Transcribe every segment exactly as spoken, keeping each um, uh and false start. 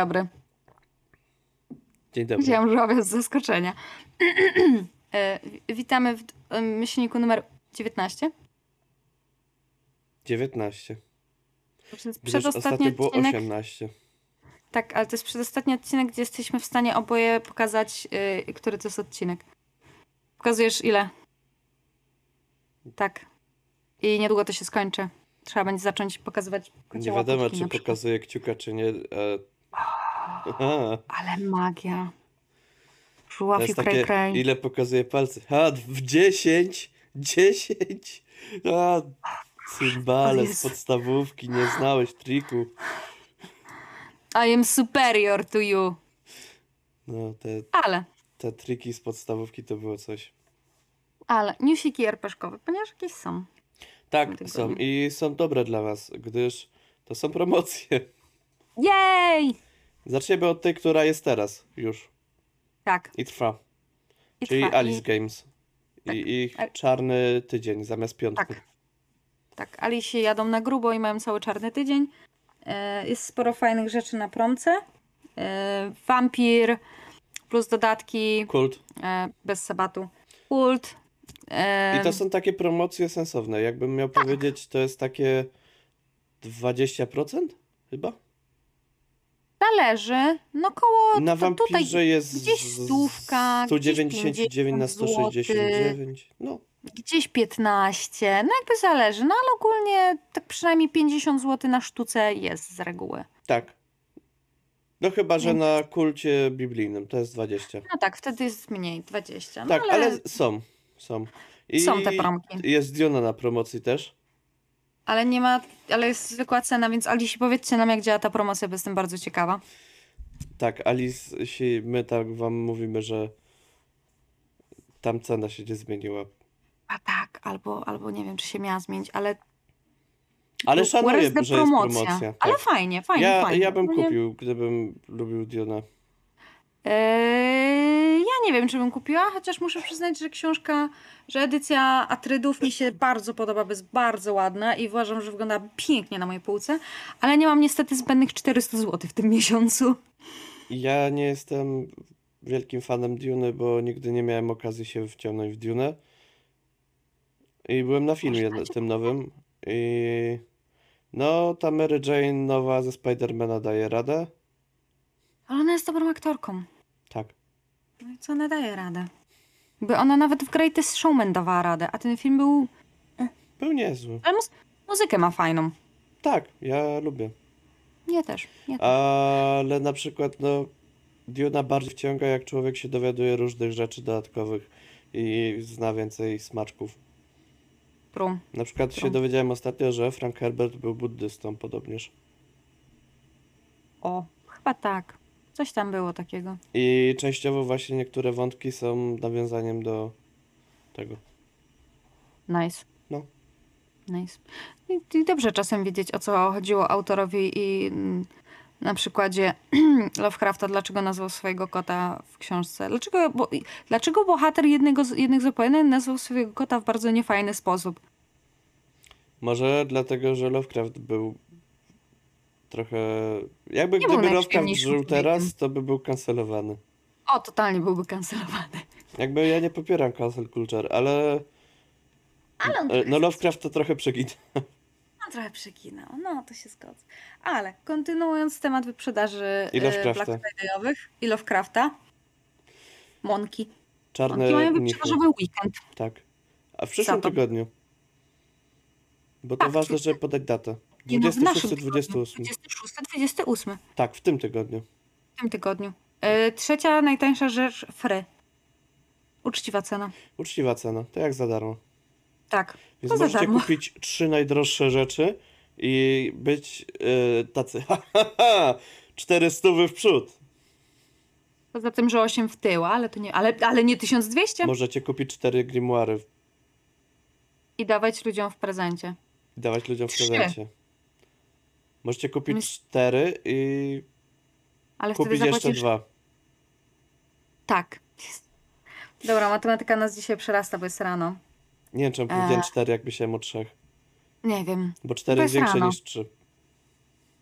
dobry. Dzień dobry. Wziąłem żółwia z zaskoczenia. E, Witamy w e, myślniku numer dziewiętnaście. dziewiętnaście. To jest Gdyż przedostatni ostatnio było odcinek. osiemnaście. Tak, ale to jest przedostatni odcinek, gdzie jesteśmy w stanie oboje pokazać, y, który to jest odcinek. Pokazujesz ile? Tak. I niedługo to się skończy. Trzeba będzie zacząć pokazywać Nie kocie wiadomo, łapeczki czy na przykład. pokazuje kciuka, czy nie. E... Aha. Ale magia. To Żuław i jest krej takie, krej. ile pokazuje palce. A, w dziesięć! dziesięć! A, cymbale O z Jezu. podstawówki, nie znałeś triku. I am superior to you. No, te, Ale, te triki z podstawówki to było coś. ale, newsiki er pe szkowe, ponieważ jakieś są. Tak, w tym są tygodniu. i są dobre dla was, gdyż to są promocje. Jej! Zaczniemy od tej, która jest teraz już Tak. i trwa. I Czyli trwa. Alice I, Games. tak. I ich A- czarny tydzień zamiast piątku. tak. Tak, Alicie jadą na grubo i mają cały czarny tydzień. E, Jest sporo fajnych rzeczy na promce. E, Wampir, plus dodatki, Kult. e, bez sabatu. Kult. e, I to są takie promocje sensowne. Jakbym miał Tak. powiedzieć, to jest takie dwadzieścia procent chyba? Zależy. No koło Na to tutaj wampirze jest gdzieś stówka, sto gdzieś dziewięćdziesiąt dziewięć na sto sześćdziesiąt dziewięć. No, gdzieś piętnaście. No jakby zależy. No ale ogólnie tak przynajmniej pięćdziesiąt złotych na sztuce jest z reguły. tak. No chyba, że Więc- na kulcie biblijnym to jest dwadzieścia. No tak, wtedy jest mniej, dwadzieścia. No Tak, ale, ale są. Są. I są te promki. jest Diona na promocji też. Ale nie ma, ale jest zwykła cena, więc Alici, powiedzcie nam, jak działa ta promocja, bo jestem bardzo ciekawa. Tak, Alice, jeśli my tak wam mówimy, że tam cena się nie zmieniła. A tak, albo, albo nie wiem, czy się miała zmienić, ale... Ale Where szanuję, is the że jest promocja? promocja. Ale Tak. fajnie, fajnie, Ja, fajnie. ja bym Ogólnie, kupił, gdybym lubił Diona. Eee, ja nie wiem, czy bym kupiła, chociaż muszę przyznać, że książka, że edycja Atrydów mi się bardzo podoba, bo jest bardzo ładna i uważam, że wygląda pięknie na mojej półce, ale nie mam niestety zbędnych czterysta złotych w tym miesiącu. Ja nie jestem wielkim fanem Duny, bo nigdy nie miałem okazji się wciągnąć w Dunę. I byłem na filmie Można cię tym nowym. I no, ta Mary Jane nowa ze Spidermana daje radę. Ale ona jest dobrą aktorką. Tak. No i co ona daje radę? By ona nawet w Greatest Showman dawała radę, a ten film był... Był niezły. Ale mus- muzykę ma fajną. Tak, ja lubię. Nie też, nie też. Ale na przykład, no, Duna bardziej wciąga, jak człowiek się dowiaduje różnych rzeczy dodatkowych i zna więcej smaczków. Trum. Na przykład się True. dowiedziałem ostatnio, że Frank Herbert był buddystą podobnież. O, chyba tak. Coś tam było takiego. I częściowo właśnie niektóre wątki są nawiązaniem do tego. Nice. No. Nice. I, i dobrze czasem wiedzieć, o co chodziło autorowi i mm, na przykładzie Lovecrafta, dlaczego nazwał swojego kota w książce. Dlaczego, bo, i- dlaczego bohater jednego z, jednych z opowiadań nazwał swojego kota w bardzo niefajny sposób. Może dlatego, że Lovecraft był trochę... Jakby Nie był gdyby Lovecraft najprzyjemniejszym żył teraz, człowiekiem. to by był kancelowany. O, totalnie byłby kancelowany. Jakby ja nie popieram cancel culture, ale... Ale on e, trochę No Lovecraft to trochę przegina. On trochę przeginał, no to się zgodzę. Ale kontynuując temat wyprzedaży I y, Lovecrafta. Black Friday'owych i Lovecrafta. Monki. Czarne Monki mają mnichy. wyprzedażowy weekend. Tak. A w przyszłym Za to. tygodniu. Bo to Tak, ważne, żeby podać datę. Nie, no, w dwudziestego naszym szóstego tygodniu. dwudziestego ósmego. dwudziestego szóstego dwudziestego ósmego Tak, w tym tygodniu. w tym tygodniu. Y, trzecia najtańsza rzecz free. Uczciwa cena. Uczciwa cena, to jak za darmo. Tak, Więc to za możecie darmo. kupić trzy najdroższe rzeczy i być yy, tacy ha, ha, ha, cztery stówy w przód. Poza tym, że osiem w tył, ale to nie, ale, ale nie tysiąc dwieście Możecie kupić cztery grimoire i dawać ludziom w prezencie. i dawać ludziom w Trzy. prezencie. Możecie kupić Myśl- cztery i Ale wtedy kupić jeszcze zapłacisz... dwa. Tak. Dobra, matematyka nas dzisiaj przerasta, bo jest rano. Nie wiem, czemu Eee. powiedziałem cztery, jak myślałem o trzech. Nie wiem. Bo cztery To jest jest większe rano. niż trzy.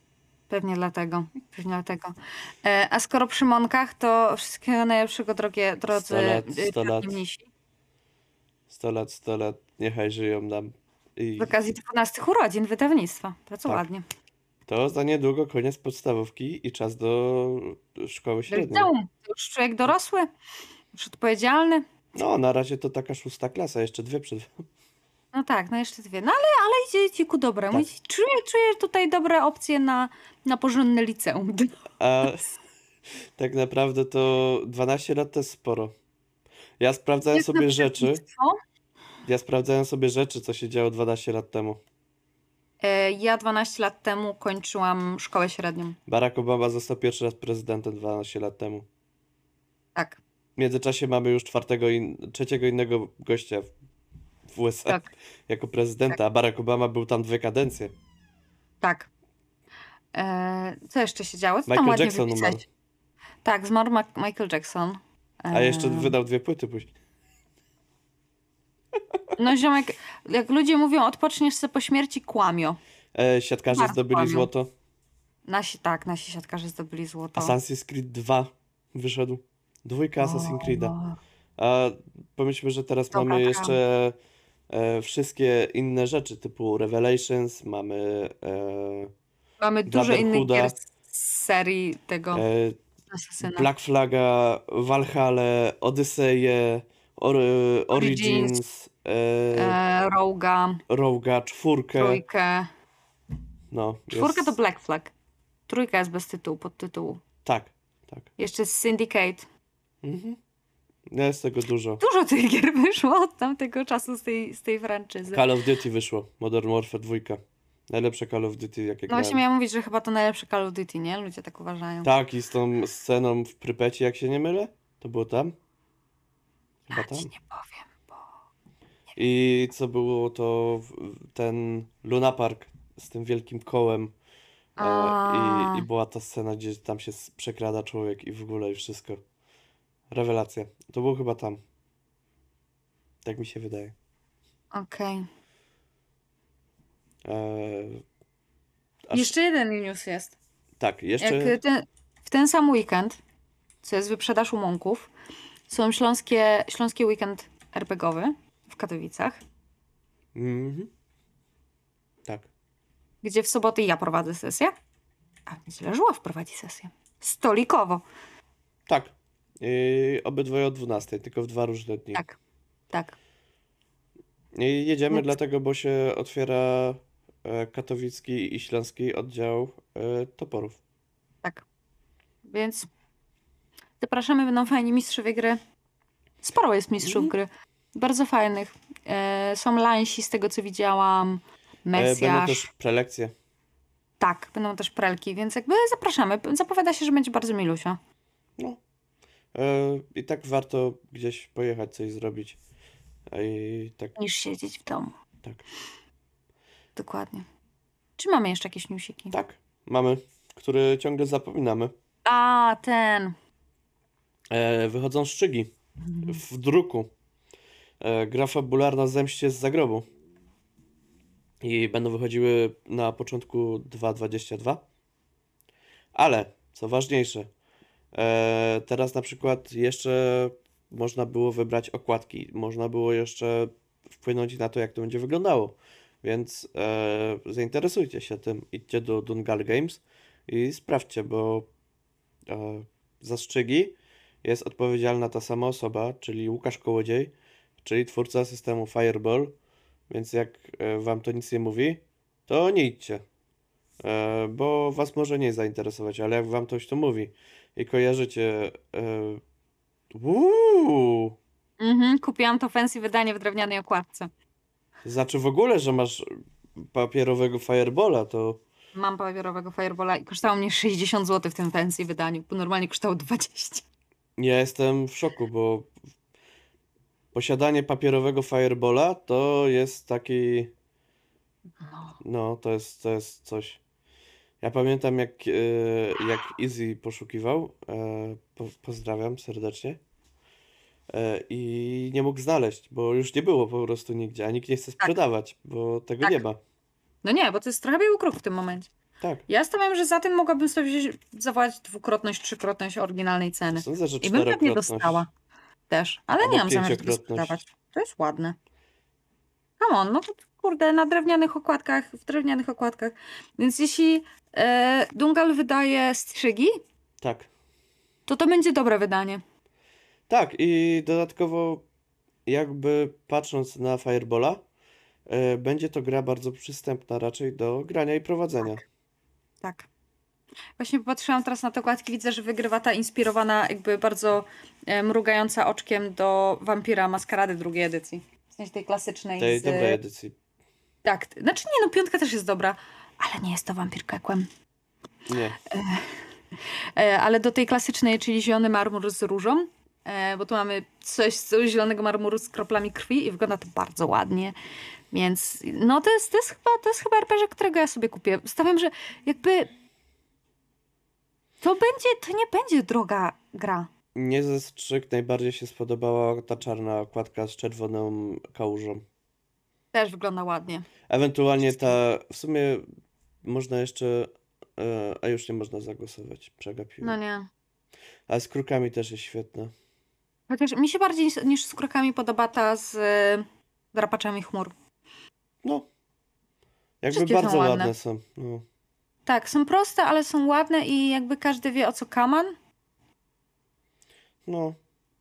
Pewnie dlatego. Pewnie dlatego. E, a skoro przy Monkach, to wszystkiego najlepszego, drogie, drodzy sto lat, y, sto drogi lat, mnisi. sto lat, sto lat, niechaj żyją nam. Z I okazji dwunastych urodzin wydawnictwa. Bardzo tak, ładnie. to za niedługo koniec podstawówki i czas do szkoły Do średniej. liceum. To już człowiek dorosły, już odpowiedzialny. No, na razie to taka szósta klasa, jeszcze dwie przed. No tak, no jeszcze dwie. No ale, ale idzie ci ku dobremu. Tak. Idzie- Czuję, czuję tutaj dobre opcje na, na porządne liceum. A tak naprawdę to dwanaście lat to jest sporo. Ja sprawdzałem Jak na sobie rzeczy, przewodnictwo. ja sprawdzałem sobie rzeczy, co się działo dwanaście lat temu. E, Ja dwanaście lat temu kończyłam szkołę średnią. Barack Obama został pierwszy raz prezydentem dwanaście lat temu. Tak, W międzyczasie mamy już czwartego in, trzeciego innego gościa w, w U S A tak, jako prezydenta, a Barack Obama był tam dwie kadencje. tak. E, co jeszcze się działo? Co tam Michael ładnie Jackson umarł. wypisać? Tak, zmarł Ma- Michael Jackson. A jeszcze E, wydał dwie płyty później. no ziomek, jak ludzie mówią, odpoczniesz sobie po śmierci, kłamio. E, siatkarze Bardzo zdobyli kłamią. złoto. Nasi, tak, nasi siatkarze zdobyli złoto. Assassin's Creed dwa wyszedł. Dwójka Assassin's Creed'a. O, A pomyślmy, że teraz dobra, mamy tak. jeszcze e, wszystkie inne rzeczy, typu Revelations, mamy e, Mamy dużo innych Brotherhooda, gier z serii tego e, Asasyna. Black Flaga, Valhalla, Odyseję, Or Origins, Origins, e, e, Roga, Rogue'a, czwórkę. trójkę. No, Czwórka to jest... Black Flag. Trójka jest bez tytułu, podtytułu. Tak, tak. Jeszcze Syndicate. Mhm. Jest tego dużo. Dużo tych gier wyszło od tamtego czasu z tej, z tej franczyzy. Call of Duty wyszło, Modern Warfare dwa. Najlepsze Call of Duty, jakie No właśnie grałem. miałam mówić, że chyba to najlepsze Call of Duty, nie? Ludzie tak uważają. Tak, i z tą sceną w Prypeci, jak się nie mylę, to było tam? Chyba Ja tam. ci nie powiem, bo... I co było to w- ten Luna Park z tym wielkim kołem e, i, i A, była ta scena, gdzie tam się s- przekrada człowiek i w ogóle i wszystko. Rewelacja. To było chyba tam. Tak mi się wydaje. okej. E, aż, Jeszcze jeden news jest. tak, Jak jeszcze... ten, w ten sam weekend, co jest wyprzedaż u Monków, są śląskie, śląski weekend RPGowy w Katowicach, Mhm. Tak. gdzie w soboty ja prowadzę sesję, a w niedzielę Żuław prowadzi sesję. Stolikowo. Tak. I obydwoje o dwunastej, tylko w dwa różne dni. Tak, tak. I jedziemy Więc dlatego, bo się otwiera e, katowicki i śląski oddział e, toporów. tak. Więc zapraszamy, będą fajni mistrzowie gry. Sporo jest mistrzów Mhm. gry. Bardzo fajnych. E, są lansi z tego, co widziałam. E, będą Mesjasz. też prelekcje. Tak, będą też prelki, więc jakby zapraszamy. Zapowiada się, że będzie bardzo milusio. No. E, I tak warto gdzieś pojechać, coś zrobić. E, I tak, Niż siedzieć w domu. tak. Dokładnie. Czy mamy jeszcze jakieś newsiki? Tak, mamy, który ciągle zapominamy. A, ten. E, wychodzą szczygi w druku. E, gra fabularna Zemście z zagrobu. I będą wychodziły na początku dwa dwadzieścia dwa. Ale, co ważniejsze, e, teraz na przykład jeszcze można było wybrać okładki. Można było jeszcze wpłynąć na to, jak to będzie wyglądało. Więc e, zainteresujcie się tym. Idźcie do Dungal Games i sprawdźcie, bo e, za szczygi jest odpowiedzialna ta sama osoba, czyli Łukasz Kołodziej, czyli twórca systemu Fireball. Więc jak e, wam to nic nie mówi, to nie idźcie. E, bo was może nie zainteresować, ale jak wam ktoś to mówi i kojarzycie. E, uuu, Mhm, kupiłam to fancy wydanie w drewnianej okładce. znaczy w ogóle, że masz papierowego Firebola, to Mam papierowego Firebola i kosztowało mnie sześćdziesiąt złotych w tym fancy wydaniu, bo normalnie kosztowało dwadzieścia. ja jestem w szoku, bo posiadanie papierowego Firebola to jest taki. No. No, to jest, to jest coś. Ja pamiętam, jak, e, jak Easy poszukiwał. E, po, pozdrawiam serdecznie. E, I nie mógł znaleźć, bo już nie było po prostu nigdzie, a nikt nie chce Tak, sprzedawać, bo tego tak. nie ma. No nie, bo to jest trochę biały kruk w tym momencie. Tak, Ja stawiam, że za tym mogłabym sobie wziąć- zawołać dwukrotność, trzykrotność oryginalnej ceny. sądzę, że I bym pewnie czterokrotność dostała też, ale nie albo mam zamiaru tego sprzedawać. pięciokrotność. To jest ładne. Come on, no to kurde, na drewnianych okładkach, w drewnianych okładkach. Więc jeśli e, Dungal wydaje strzygi, Tak. to to będzie dobre wydanie. Tak, i dodatkowo jakby patrząc na Firebola, e, będzie to gra bardzo przystępna raczej do grania i prowadzenia. Tak. Właśnie popatrzyłam teraz na te okładki, widzę, że wygrywa ta inspirowana, jakby bardzo e, mrugająca oczkiem do Wampira Maskarady drugiej edycji. W sensie tej klasycznej Tej z... dobrej edycji. Tak, t- znaczy nie, no piątka też jest dobra, ale nie jest to Wampir Kekłem. Nie. E, ale do tej klasycznej, czyli zielony marmur z różą, e, bo tu mamy coś z zielonego marmuru z kroplami krwi i wygląda to bardzo ładnie. Więc no to jest, to jest chyba, to jest chyba er pe gie, którego ja sobie kupię. Stawiam, że jakby to będzie, to nie będzie droga gra. Nie ze strzyk najbardziej się spodobała ta czarna okładka z czerwoną kałużą. Też wygląda ładnie. Ewentualnie ta, w sumie można jeszcze, e, a już nie można zagłosować, No przegapiłem. nie. Ale z krukami też jest świetna. Chociaż mi się bardziej niż, niż z krokami podoba ta z e, drapaczami chmur. No, jakby Wszystkie są bardzo ładne. ładne są. No, Tak, są proste, ale są ładne i jakby każdy wie o co kaman. no,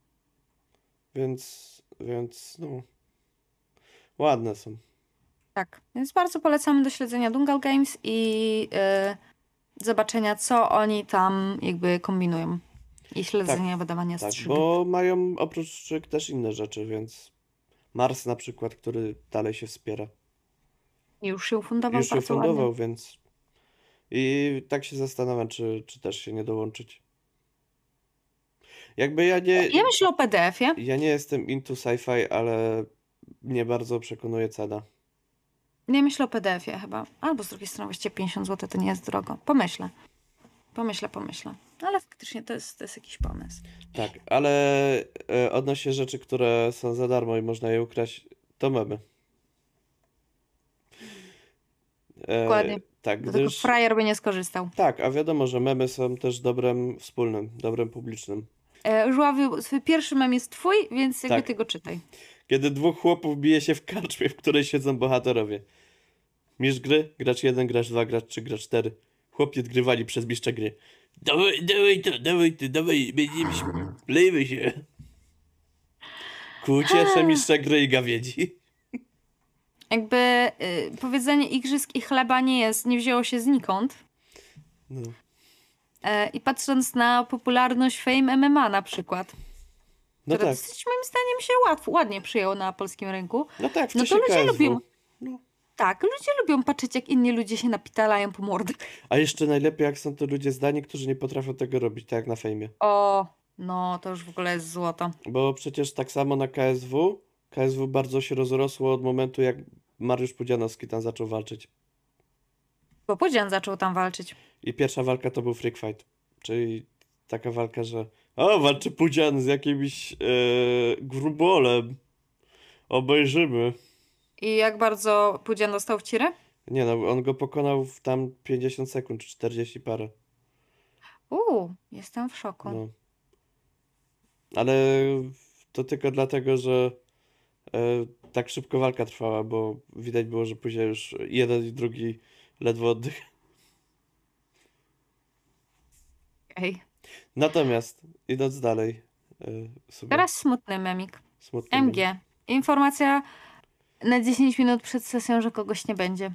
więc, więc, no, ładne są. Tak, więc bardzo polecamy do śledzenia Dungal Games i e, zobaczenia, co oni tam jakby kombinują. I śledzenia wydawania Tak, strzyg. bo mają oprócz strzyk też inne rzeczy, więc Mars na przykład, który dalej się wspiera. I już się ufundował Już się bardzo ładnie. fundował, więc i tak się zastanawiam, czy, czy też się nie dołączyć. Jakby ja nie, Ja myślę o pe de efie. ja nie jestem into sci-fi, ale mnie bardzo przekonuje cena. Nie myślę o pe de efie chyba. Albo z drugiej strony właściwie pięćdziesiąt złotych to nie jest drogo. Pomyślę. Pomyślę, pomyślę. Ale faktycznie to jest, to jest jakiś pomysł. Tak, ale e, odnośnie rzeczy, które są za darmo i można je ukraść, to memy. E, Dokładnie. tak, Do tego gdyż... frajer by nie skorzystał. Tak, a wiadomo, że memy są też dobrem wspólnym, dobrem publicznym. E, Żuławiu, swój pierwszy mem jest twój, więc jakby Tak. ty go czytaj. Kiedy dwóch chłopów bije się w karczmie, w której siedzą bohaterowie. Mistrz gry, gracz jeden, gracz dwa, gracz trzy, gracz cztery. Chłopi odgrywali przez mistrza gry. Dawaj, dawaj to, dawaj to, dawaj, będziemy się, lejmy się. Ku ciesze mistrza gry i gawiedzi. Jakby y, powiedzenie igrzysk i chleba nie jest, nie wzięło się znikąd. No, E, I patrząc na popularność Fame em em a na przykład, no które tak, dosyć moim zdaniem się łatwo, ładnie przyjęło na polskim rynku. no tak, w No to czasie ludzie K S W. lubią. No. Tak, ludzie lubią patrzeć, jak inni ludzie się napitalają po mordach. A jeszcze najlepiej, jak są to ludzie zdani, którzy nie potrafią tego robić, tak jak na fejmie. O, no to już w ogóle jest złoto. Bo przecież tak samo na K S W, K S W bardzo się rozrosło od momentu, jak Mariusz Pudzianowski tam zaczął walczyć. Bo Pudzian zaczął tam walczyć. I pierwsza walka to był Freak Fight. Czyli taka walka, że o, walczy Pudzian z jakimś e, grubolem. Obejrzymy. I jak bardzo Pudzian dostał w cirę? Nie no, on go pokonał w tam pięćdziesiąt sekund, czy czterdzieści parę. Uuu, jestem w szoku. No. Ale to tylko dlatego, że e, tak szybko walka trwała, bo widać było, że później już jeden i drugi ledwo oddych. Ej. Natomiast, idąc dalej, e, sobie Teraz smutny memik. smutny em mem. gie. Informacja na dziesięć minut przed sesją, że kogoś nie będzie.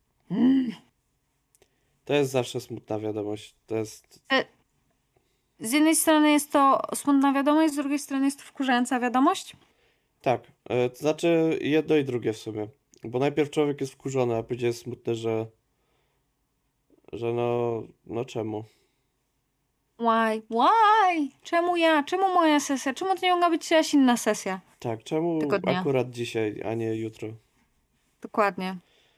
To jest zawsze smutna wiadomość. To jest, Z jednej strony jest to smutna wiadomość, z drugiej strony jest to wkurzająca wiadomość. tak, e, to znaczy jedno i drugie w sumie. Bo najpierw człowiek jest wkurzony, a później jest smutny, że że no, no czemu? Why? Why? Czemu ja? Czemu moja sesja? Czemu to nie mogła być jakaś inna sesja? Tak, czemu Tego dnia. akurat dzisiaj, a nie jutro? Dokładnie.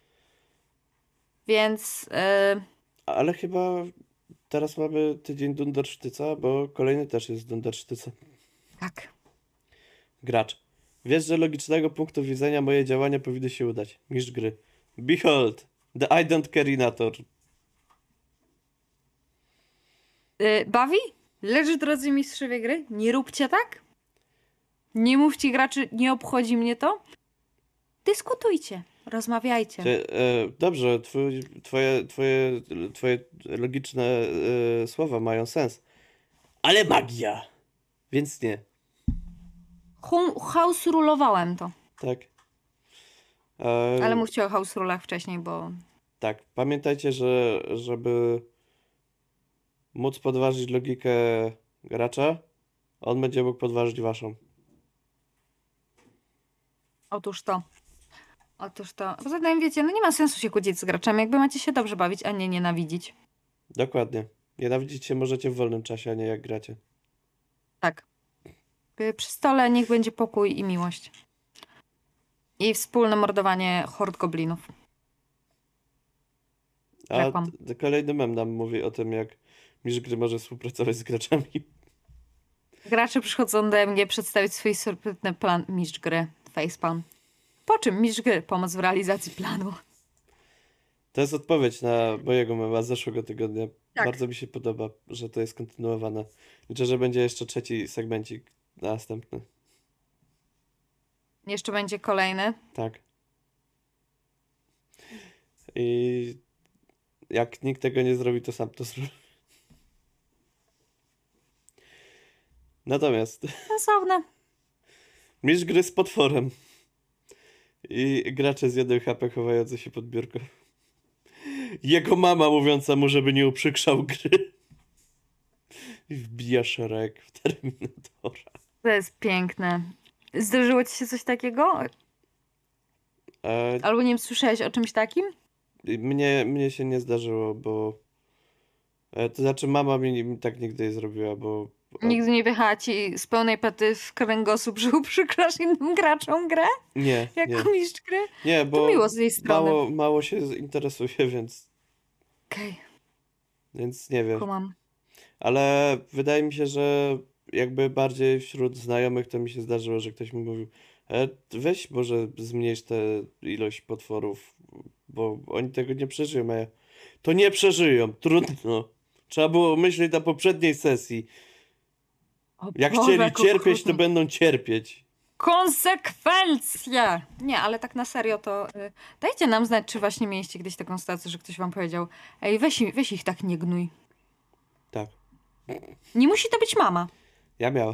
Więc yy, Ale chyba teraz mamy tydzień Dundersztyca, bo kolejny też jest Dundersztyca. tak. Gracz. Wiesz, że logicznego punktu widzenia moje działania powinny się udać. Mistrz gry. Behold, the I don't carinator. Y, bawi? Leży, drodzy mistrzowie gry? Nie róbcie tak? Nie mówcie graczy, nie obchodzi mnie to? Dyskutujcie, rozmawiajcie. Cie- e, dobrze, twój, twoje, twoje, twoje logiczne e, słowa mają sens. Ale magia! Więc nie. Hum- House rulowałem to. Tak. E, Ale mówcie o house rulach wcześniej, bo tak. Pamiętajcie, że żeby móc podważyć logikę gracza, on będzie mógł podważyć waszą. otóż to. Otóż to. Poza tym, wiecie, no nie ma sensu się kłócić z graczami, jakby macie się dobrze bawić, a nie nienawidzić. Dokładnie. Nienawidzić się możecie w wolnym czasie, a nie jak gracie. Tak. Y, Przy stole niech będzie pokój i miłość. I wspólne mordowanie hord goblinów. A Rzekłam. t- kolejny mem nam mówi o tym, jak mistrz gry może współpracować z graczami. Gracze przychodzą do M G przedstawić swój sprytny plan mistrz gry. Facepalm. Po czym mistrz gry? Pomoc w realizacji planu. To jest odpowiedź na mojego mema z zeszłego tygodnia. Tak. Bardzo mi się podoba, że to jest kontynuowane. Liczę, że będzie jeszcze trzeci segmencik następny. Jeszcze będzie kolejny. Tak. I jak nikt tego nie zrobi, to sam to zrobię. Natomiast Sensowne. mistrz gry z potworem. I gracze z jednym H P chowający się pod biurko. Jego mama mówiąca mu, żeby nie uprzykrzał gry. I wbija szereg w Terminatora. To jest piękne. Zdarzyło ci się coś takiego? E, Albo nie wiem, słyszałeś o czymś takim? mnie, mnie się nie zdarzyło, bo... E, to znaczy mama mi, mi tak nigdy nie zrobiła, bo... o- Nigdy nie wjechała ci z pełnej pety w kręgosłup, że uprzykrasz innym graczom grę? Nie, nie. Jako mistrz gry? Nie, bo miło z jej strony. mało, mało się interesuje, więc, Okej, więc nie wiem. kumam. Ale wydaje mi się, że jakby bardziej wśród znajomych to mi się zdarzyło, że ktoś mi mówił, e, weź może zmniejsz tę ilość potworów, bo oni tego nie przeżyją. A ja, to nie przeżyją, trudno. Trzeba było myśleć na poprzedniej sesji. O Jak Boże, chcieli jak cierpieć, to okrutnie. będą cierpieć. Konsekwencje! Nie, ale tak na serio to y, dajcie nam znać, czy właśnie mieliście kiedyś taką sytuację, że ktoś wam powiedział, ej, weź, i- weź ich tak nie gnój. Tak, Nie musi to być mama, ja miałem.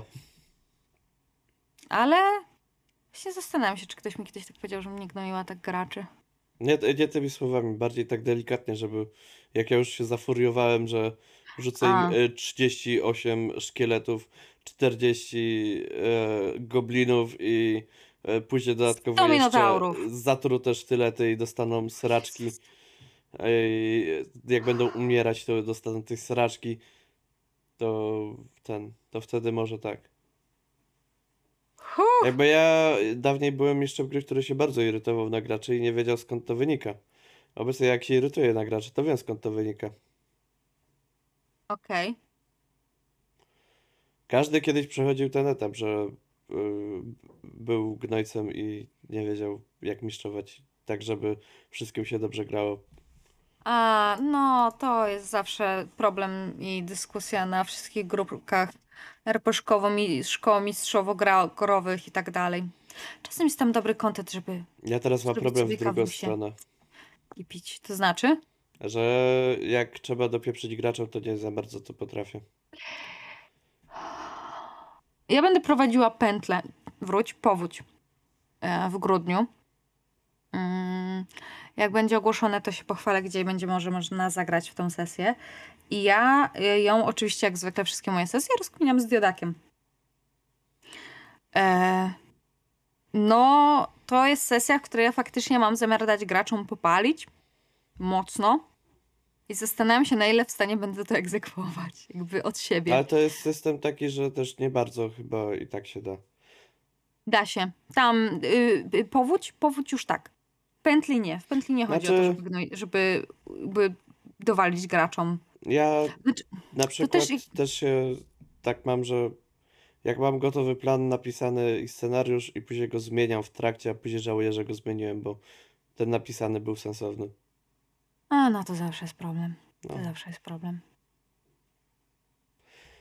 ale właśnie zastanawiam się, czy ktoś mi kiedyś tak powiedział, że mnie gnoiła tak graczy. Nie, nie tymi słowami, bardziej tak delikatnie, żeby jak ja już się zafuriowałem, że rzucę im A. e, trzydzieści osiem szkieletów, czterdzieści e, goblinów i e, później dodatkowo sto jeszcze minotaurów. zatrute sztylety i dostaną sraczki. E, i jak będą umierać, to dostaną tej sraczki. To ten, to wtedy może tak. Huh. Jakby ja dawniej byłem jeszcze w gry, który się bardzo irytował na graczy i nie wiedział skąd to wynika. Obecnie jak się irytuje na graczy, to wiem skąd to wynika. Okej. Każdy kiedyś przechodził ten etap, że y, był gnojcem i nie wiedział jak mistrzować tak, żeby wszystkim się dobrze grało. A, no, to jest zawsze problem i dyskusja na wszystkich grupkach er pe szkoło, mi, szkoło mistrzowo-gorowych i tak dalej. Czasem jest tam dobry content, żeby Ja teraz mam Zrobić problem w sobie drugą kawusie. stronę, i pić. To znaczy? że jak trzeba dopieprzyć graczom, to nie za bardzo to potrafię. Ja będę prowadziła pętlę. Wróć, powódź. e, W grudniu. Mm, Jak będzie ogłoszone, to się pochwalę, gdzie będzie może można zagrać w tą sesję. I ja y, ją oczywiście, jak zwykle, wszystkie moje sesje rozkminiam z Diodakiem. E, no, to jest sesja, w której ja faktycznie mam zamiar dać graczom popalić. Mocno. I zastanawiam się, na ile w stanie będę to egzekwować. Jakby od siebie. Ale to jest system taki, że też nie bardzo chyba i tak się da. Da się. Tam y, y, powódź, powódź już tak. W pętli nie. W pętli nie chodzi o to, Znaczy- żeby, gnoj- żeby, żeby dowalić graczom. Ja Znaczy, na przykład też też, i- się tak mam, że jak mam gotowy plan napisany i scenariusz i później go zmieniam w trakcie, a później żałuję, że go zmieniłem, bo ten napisany był sensowny. A, no to zawsze jest problem. To No. zawsze jest problem.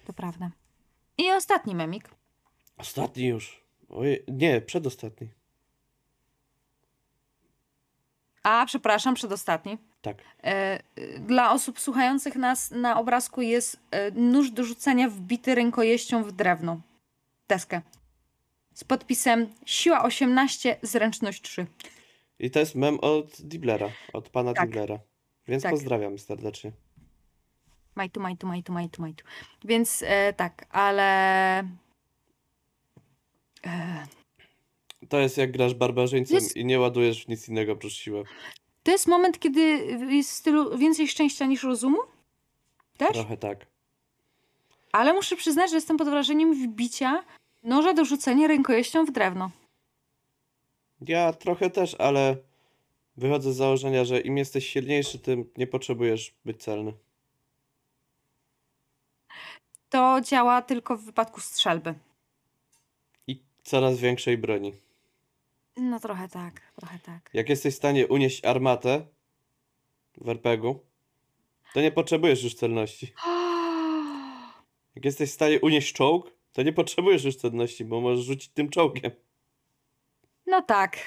to prawda. I ostatni memik. Ostatni już. Ojej, nie, przedostatni. A, przepraszam, przedostatni. Tak. E, y, Dla osób słuchających nas na obrazku jest e, nóż do rzucania wbity rękojeścią w drewno. Deskę. Z podpisem siła osiemnaście, zręczność trzy. I to jest mem od Diblera, od pana Tak, Diblera. Więc tak. pozdrawiam serdecznie. Majtu, majtu, majtu, majtu, majtu. Więc e, tak, ale... E, To jest jak grasz barbarzyńcem jest, i nie ładujesz w nic innego oprócz siłę. to jest moment, kiedy jest w stylu więcej szczęścia niż rozumu? Też? Trochę tak. Ale muszę przyznać, że jestem pod wrażeniem wbicia noża do rzucenia rękojeścią w drewno. Ja trochę też, ale wychodzę z założenia, że im jesteś silniejszy, tym nie potrzebujesz być celny. To działa tylko w wypadku strzelby. I coraz większej broni. No trochę tak, trochę tak. Jak jesteś w stanie unieść armatę w er pe gie u, to nie potrzebujesz już celności. Jak jesteś w stanie unieść czołg, to nie potrzebujesz już celności, bo możesz rzucić tym czołgiem. No tak.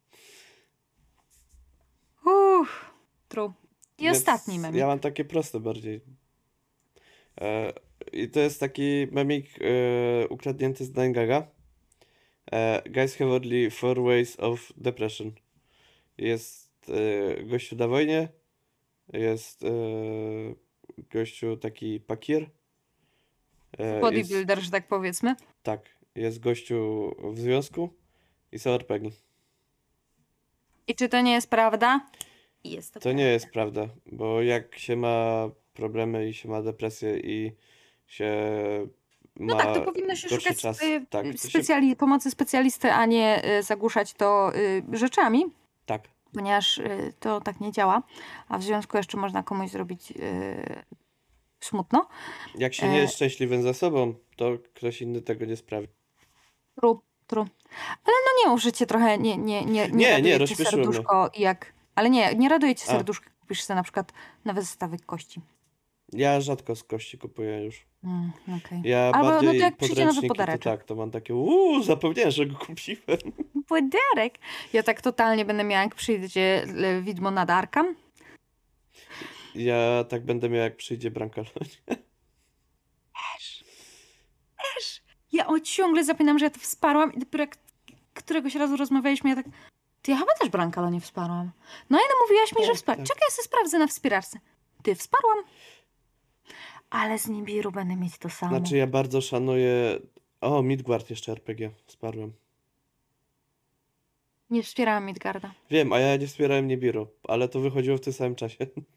Uff, true. I Więc ostatni memik. ja mam takie proste bardziej. E, I to jest taki memik e, ukradnięty z Nine Gaga. E, guys have only four ways of depression. Jest e, gościu na wojnie, jest e, gościu taki pakir. E, jest, Bodybuilder, że tak powiedzmy. tak, jest gościu w związku i są er pe gie i. I czy to nie jest prawda? Jest to To prawda. nie jest prawda, bo jak się ma problemy i się ma depresję i się No tak, to ma powinno się gorszy szukać czas, y, tak, y, to się, specjali- pomocy specjalisty, a nie y, zagłuszać to y, rzeczami, tak, ponieważ y, to tak nie działa, a w związku jeszcze można komuś zrobić y, smutno. jak się nie E, jest szczęśliwym ze sobą, to ktoś inny tego nie sprawi. Tru, tru. Ale no nie mów, że cię trochę nie, nie, nie, nie Nie, nie, raduje cię rozśmieszyło mnie. serduszko i jak... Ale nie, nie raduje cię A, serduszko, jak kupisz sobie na przykład nowy zestawek kości. ja rzadko z kości kupuję już. Mm, okej. Ja Albo no to bardziej jak przyjdzie nowy podręczniki to podareczek. tak, to mam takie uuu, zapomniałem, że go kupiłem. Podarek! Ja tak totalnie będę miała, jak przyjdzie e, widmo nad Arkham. Ja tak będę miał, jak przyjdzie Brancaloń. Też, też. Ja o, ciągle zapominam, że ja to wsparłam i dopiero jak któregoś razu rozmawialiśmy, ja tak... Ty, ja chyba też Brancalo nie wsparłam. No i no mówiłaś mi, że Tak, wsparłam. tak. Czekaj, ja sobie sprawdzę na wspierarce. Ty, wsparłam. Ale z Nibiru będę mieć to samo. Znaczy ja bardzo szanuję... O, Midgard jeszcze er pe gie wsparłem. Nie wspierałam Midgarda. Wiem, a ja nie wspierałem Nibiru, ale to wychodziło w tym samym czasie.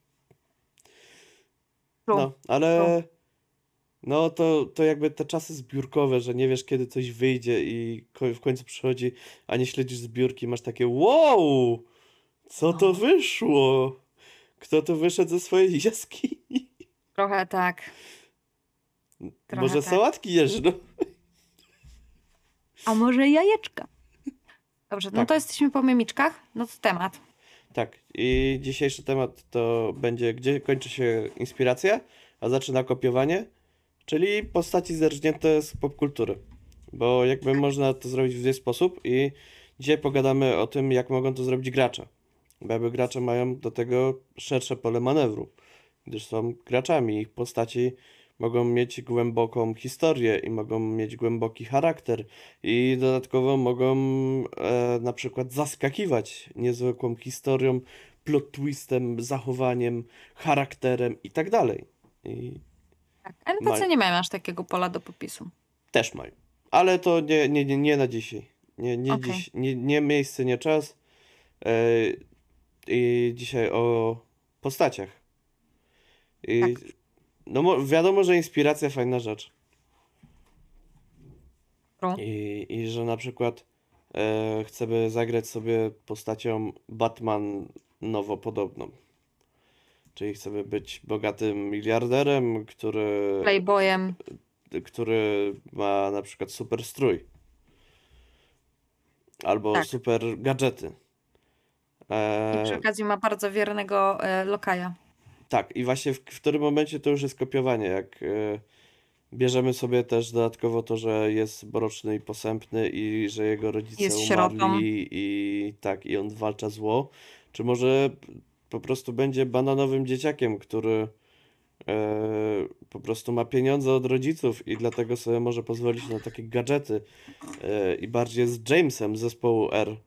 True, No, true. ale no to, to jakby te czasy zbiórkowe, że nie wiesz kiedy coś wyjdzie i ko- w końcu przychodzi, a nie śledzisz zbiórki, masz takie wow, co to No, wyszło? Kto to wyszedł ze swojej jaskini? trochę tak. Trochę Może tak. sałatki jeżdżą? A może jajeczka? Dobrze, no to Tak, jesteśmy po memiczkach. No to temat. tak. I dzisiejszy temat to będzie, gdzie kończy się inspiracja, a zaczyna kopiowanie, czyli postaci zerżnięte z popkultury. Bo jakby można to zrobić w dwie sposób i dzisiaj pogadamy o tym, jak mogą to zrobić gracze. Bo jakby gracze mają do tego szersze pole manewru, gdyż są graczami. Ich postaci mogą mieć głęboką historię i mogą mieć głęboki charakter i dodatkowo mogą e, na przykład zaskakiwać niezwykłą historią, plot twistem, zachowaniem, charakterem i tak dalej. I Tak. en pe ce ma, nie mają aż takiego pola do popisu. też mają. Ale to nie, nie, nie, nie na dzisiaj. Nie, nie, Okej. dziś, nie, nie miejsce, nie czas. E, I dzisiaj o postaciach. I Tak. no mo- wiadomo, że inspiracja fajna rzecz. True. I, i że na przykład e, chcemy zagrać sobie postacią Batman nowo podobną. Czyli chcemy być bogatym miliarderem, który, Playboyem. który ma na przykład super strój albo Tak. super gadżety. I przy E, okazji ma bardzo wiernego e, lokaja. tak, i właśnie w, w którym momencie to już jest kopiowanie, jak e, Bierzemy sobie też dodatkowo to, że jest mroczny i posępny i że jego rodzice Jest sierotą. umarli i tak, i on zwalcza zło. Czy może p- po prostu będzie bananowym dzieciakiem, który e, po prostu ma pieniądze od rodziców i dlatego sobie może pozwolić na takie gadżety e, i bardziej jest Jamesem z zespołu R e,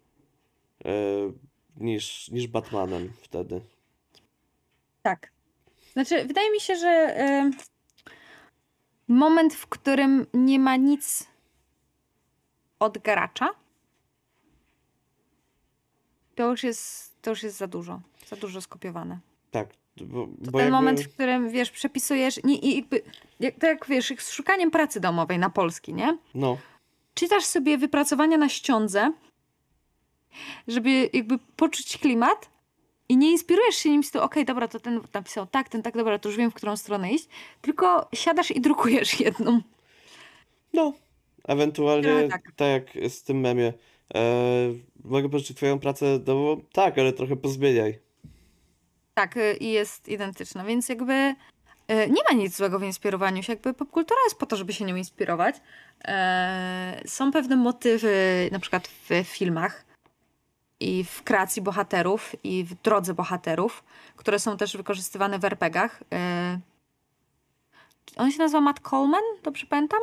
niż, niż Batmanem wtedy. Tak. Znaczy, wydaje mi się, że y, moment, w którym nie ma nic od gracza, to już jest, to już jest za dużo. Za dużo skopiowane. Tak, bo, To bo ten moment, jakby, w którym, wiesz, przepisujesz nie, i jakby, jak, tak jak wiesz, jak z szukaniem pracy domowej na polski, nie? no, Czytasz sobie wypracowania na ściądze, żeby jakby poczuć klimat i nie inspirujesz się nim z tyłu, okej, dobra, to ten napisał tak, ten tak, dobra, to już wiem, w którą stronę iść, tylko siadasz i drukujesz jedną. no, Trochę ewentualnie tak. tak jak z tym memie. E, mogę pożyczyć twoją pracę domową? Tak, ale trochę pozmieniaj. Tak, y, i jest identyczna, więc jakby y, nie ma nic złego w inspirowaniu się, jakby popkultura jest po to, żeby się nią inspirować. E, Są pewne motywy, na przykład w filmach i w kreacji bohaterów i w drodze bohaterów, które są też wykorzystywane w er pe gach. E, On się nazywa Matt Coleman, dobrze pamiętam?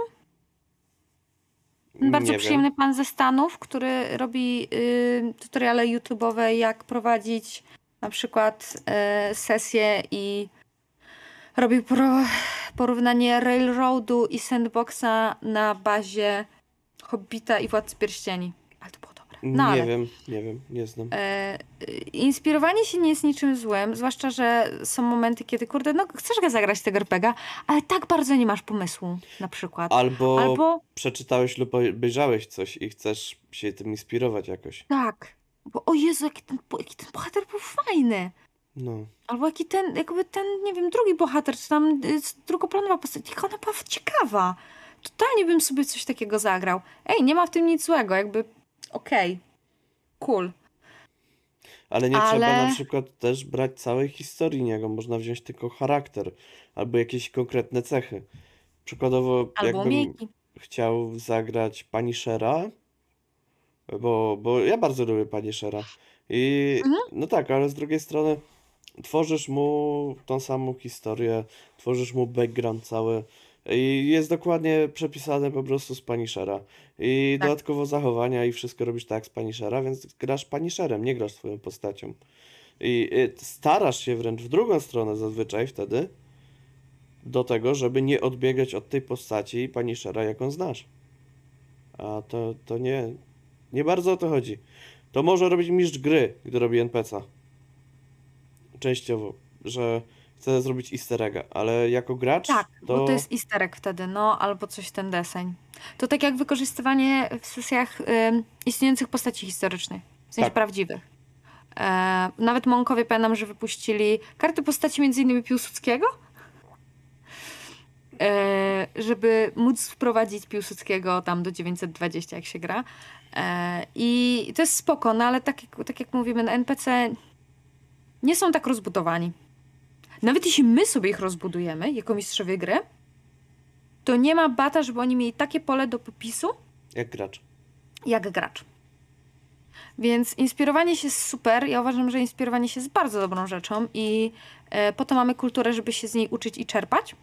Ten bardzo Nie wiem. przyjemny pan ze Stanów, który robi y, tutoriale YouTube'owe, jak prowadzić na przykład y, sesje i robi pro, porównanie Railroadu i Sandboxa na bazie Hobbita i Władcy Pierścieni. Ale to było dobre. No Nie ale wiem, nie wiem, nie znam. e, y, inspirowanie się nie jest niczym złym, zwłaszcza, że są momenty, kiedy kurde, no chcesz go zagrać tego er pe ga, ale tak bardzo nie masz pomysłu na przykład. Albo Albo przeczytałeś lub obejrzałeś coś i chcesz się tym inspirować jakoś. tak, bo o Jezu, jaki ten, bo- jaki ten bohater był fajny. No. Albo jaki ten, jakby ten, nie wiem, drugi bohater, czy tam y, drugoplanowa postać, jaka ona była ciekawa. Totalnie bym sobie coś takiego zagrał. Ej, nie ma w tym nic złego, jakby okej, cool. Ale nie trzeba na Ale, przykład też brać całej historii niego. Można wziąć tylko charakter albo jakieś konkretne cechy. Przykładowo, albo jakbym umiejki. chciał zagrać Punishera, bo, bo ja bardzo lubię Punishera. I Mhm, no tak, ale z drugiej strony tworzysz mu tą samą historię, tworzysz mu background cały i jest dokładnie przepisane po prostu z Punishera. I tak. dodatkowo zachowania i wszystko robisz tak z Punishera, więc grasz Punisherem, nie grasz swoją postacią. I y, starasz się wręcz w drugą stronę zazwyczaj wtedy do tego, żeby nie odbiegać od tej postaci Punishera, jaką znasz. A to, to nie, nie bardzo o to chodzi. To może robić mistrz gry, gdy robi en pe ce a. Częściowo, że chce zrobić easter egga, ale jako gracz Tak, bo to to jest easter egg wtedy, no, albo coś ten deseń. To tak jak wykorzystywanie w sesjach ym, istniejących postaci historycznych, w sensie tak, prawdziwych. E, nawet Monkowie pamiętam, że wypuścili karty postaci między innymi Piłsudskiego, e, żeby móc wprowadzić Piłsudskiego tam do dziewięćset dwadzieścia, jak się gra. E, I to jest spoko, no ale tak, jak- tak jak mówimy, na en pe ce nie są tak rozbudowani. Nawet jeśli my sobie ich rozbudujemy jako mistrzowie gry, to nie ma bata, żeby oni mieli takie pole do popisu, jak gracz. jak gracz. Więc inspirowanie się jest super. Ja uważam, że inspirowanie się jest bardzo dobrą rzeczą i e, po to mamy kulturę, żeby się z niej uczyć i czerpać.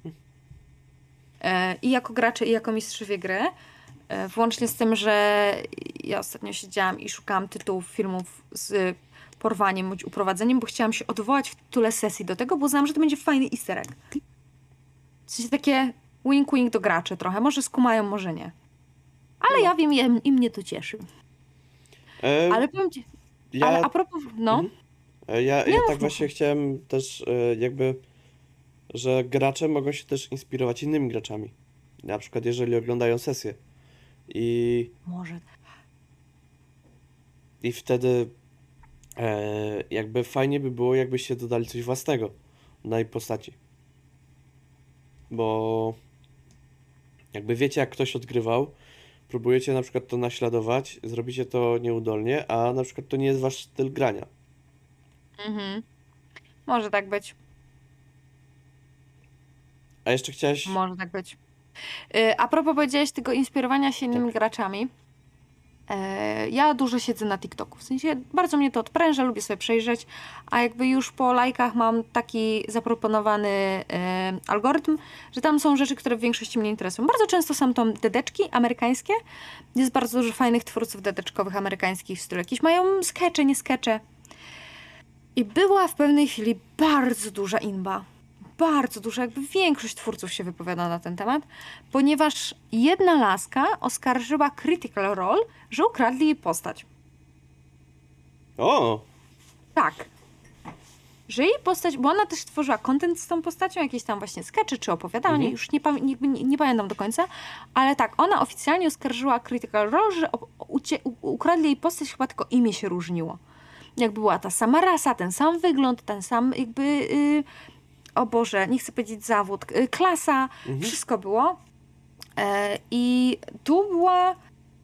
E, I jako gracze, i jako mistrzowie gry. E, włącznie z tym, że ja ostatnio siedziałam i szukałam tytułów filmów z porwaniem bądź uprowadzeniem, bo chciałam się odwołać w tytule sesji do tego, bo uznałam, że to będzie fajny easter egg. W sensie takie wink-wink do graczy trochę. Może skumają, może nie. Ale No. ja wiem, i, i mnie to cieszy. E, Ale powiem ci, ale ja, a propos, no, mhm. E, ja, nie ja mów, tak mów. właśnie chciałem też e, jakby, że gracze mogą się też inspirować innymi graczami. Na przykład jeżeli oglądają sesję. I, Może. i wtedy e, jakby fajnie by było, jakbyście dodali coś własnego na jej postaci. Bo jakby wiecie, jak ktoś odgrywał, próbujecie na przykład to naśladować, zrobicie to nieudolnie, a na przykład to nie jest wasz styl grania. Mhm. Może tak być. A jeszcze chciałeś, Może tak być. Y, A propos powiedziałeś tego inspirowania się innymi Tak. graczami. E, Ja dużo siedzę na TikToku. W sensie bardzo mnie to odpręża, lubię sobie przejrzeć, a jakby już po lajkach mam taki zaproponowany e, algorytm, że tam są rzeczy, które w większości mnie interesują. Bardzo często są to dedeczki amerykańskie. Jest bardzo dużo fajnych twórców dedeczkowych amerykańskich w stylu jakieś mają skecze, nie skecze. I była w pewnej chwili bardzo duża inba. Bardzo duża, jakby większość twórców się wypowiada na ten temat, ponieważ jedna laska oskarżyła Critical Role, że ukradli jej postać. O! Tak. Że jej postać, bo ona też tworzyła content z tą postacią, jakieś tam właśnie skecze czy opowiadanie, Mhm. już nie, pamię- nie, nie, nie pamiętam do końca, ale tak, ona oficjalnie oskarżyła Critical Role, że o- ucie- u- ukradli jej postać, chyba tylko imię się różniło. Jakby była ta sama rasa, ten sam wygląd, ten sam jakby, y, o Boże, nie chcę powiedzieć zawód, y, klasa, Mhm. wszystko było. E, I tu była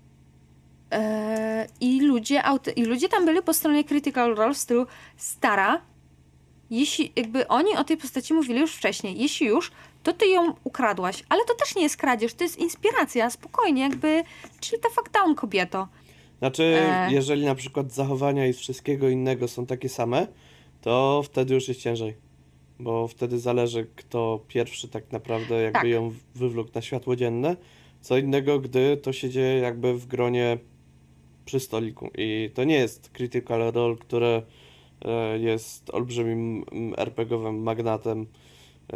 e, i ludzie, auty, i ludzie tam byli po stronie Critical Role w stylu stara, jeśli jakby oni o tej postaci mówili już wcześniej, jeśli już, to ty ją ukradłaś, ale to też nie jest kradzież, to jest inspiracja, spokojnie, jakby chill the fuck down, kobieto. Znaczy, E, jeżeli na przykład zachowania i wszystkiego innego są takie same, to wtedy już jest ciężej. Bo wtedy zależy, kto pierwszy tak naprawdę jakby tak, ją wywlókł na światło dzienne. Co innego, gdy to się dzieje jakby w gronie przy stoliku. I to nie jest Critical Role, które e, jest olbrzymim mm, er pe gie owym magnatem e,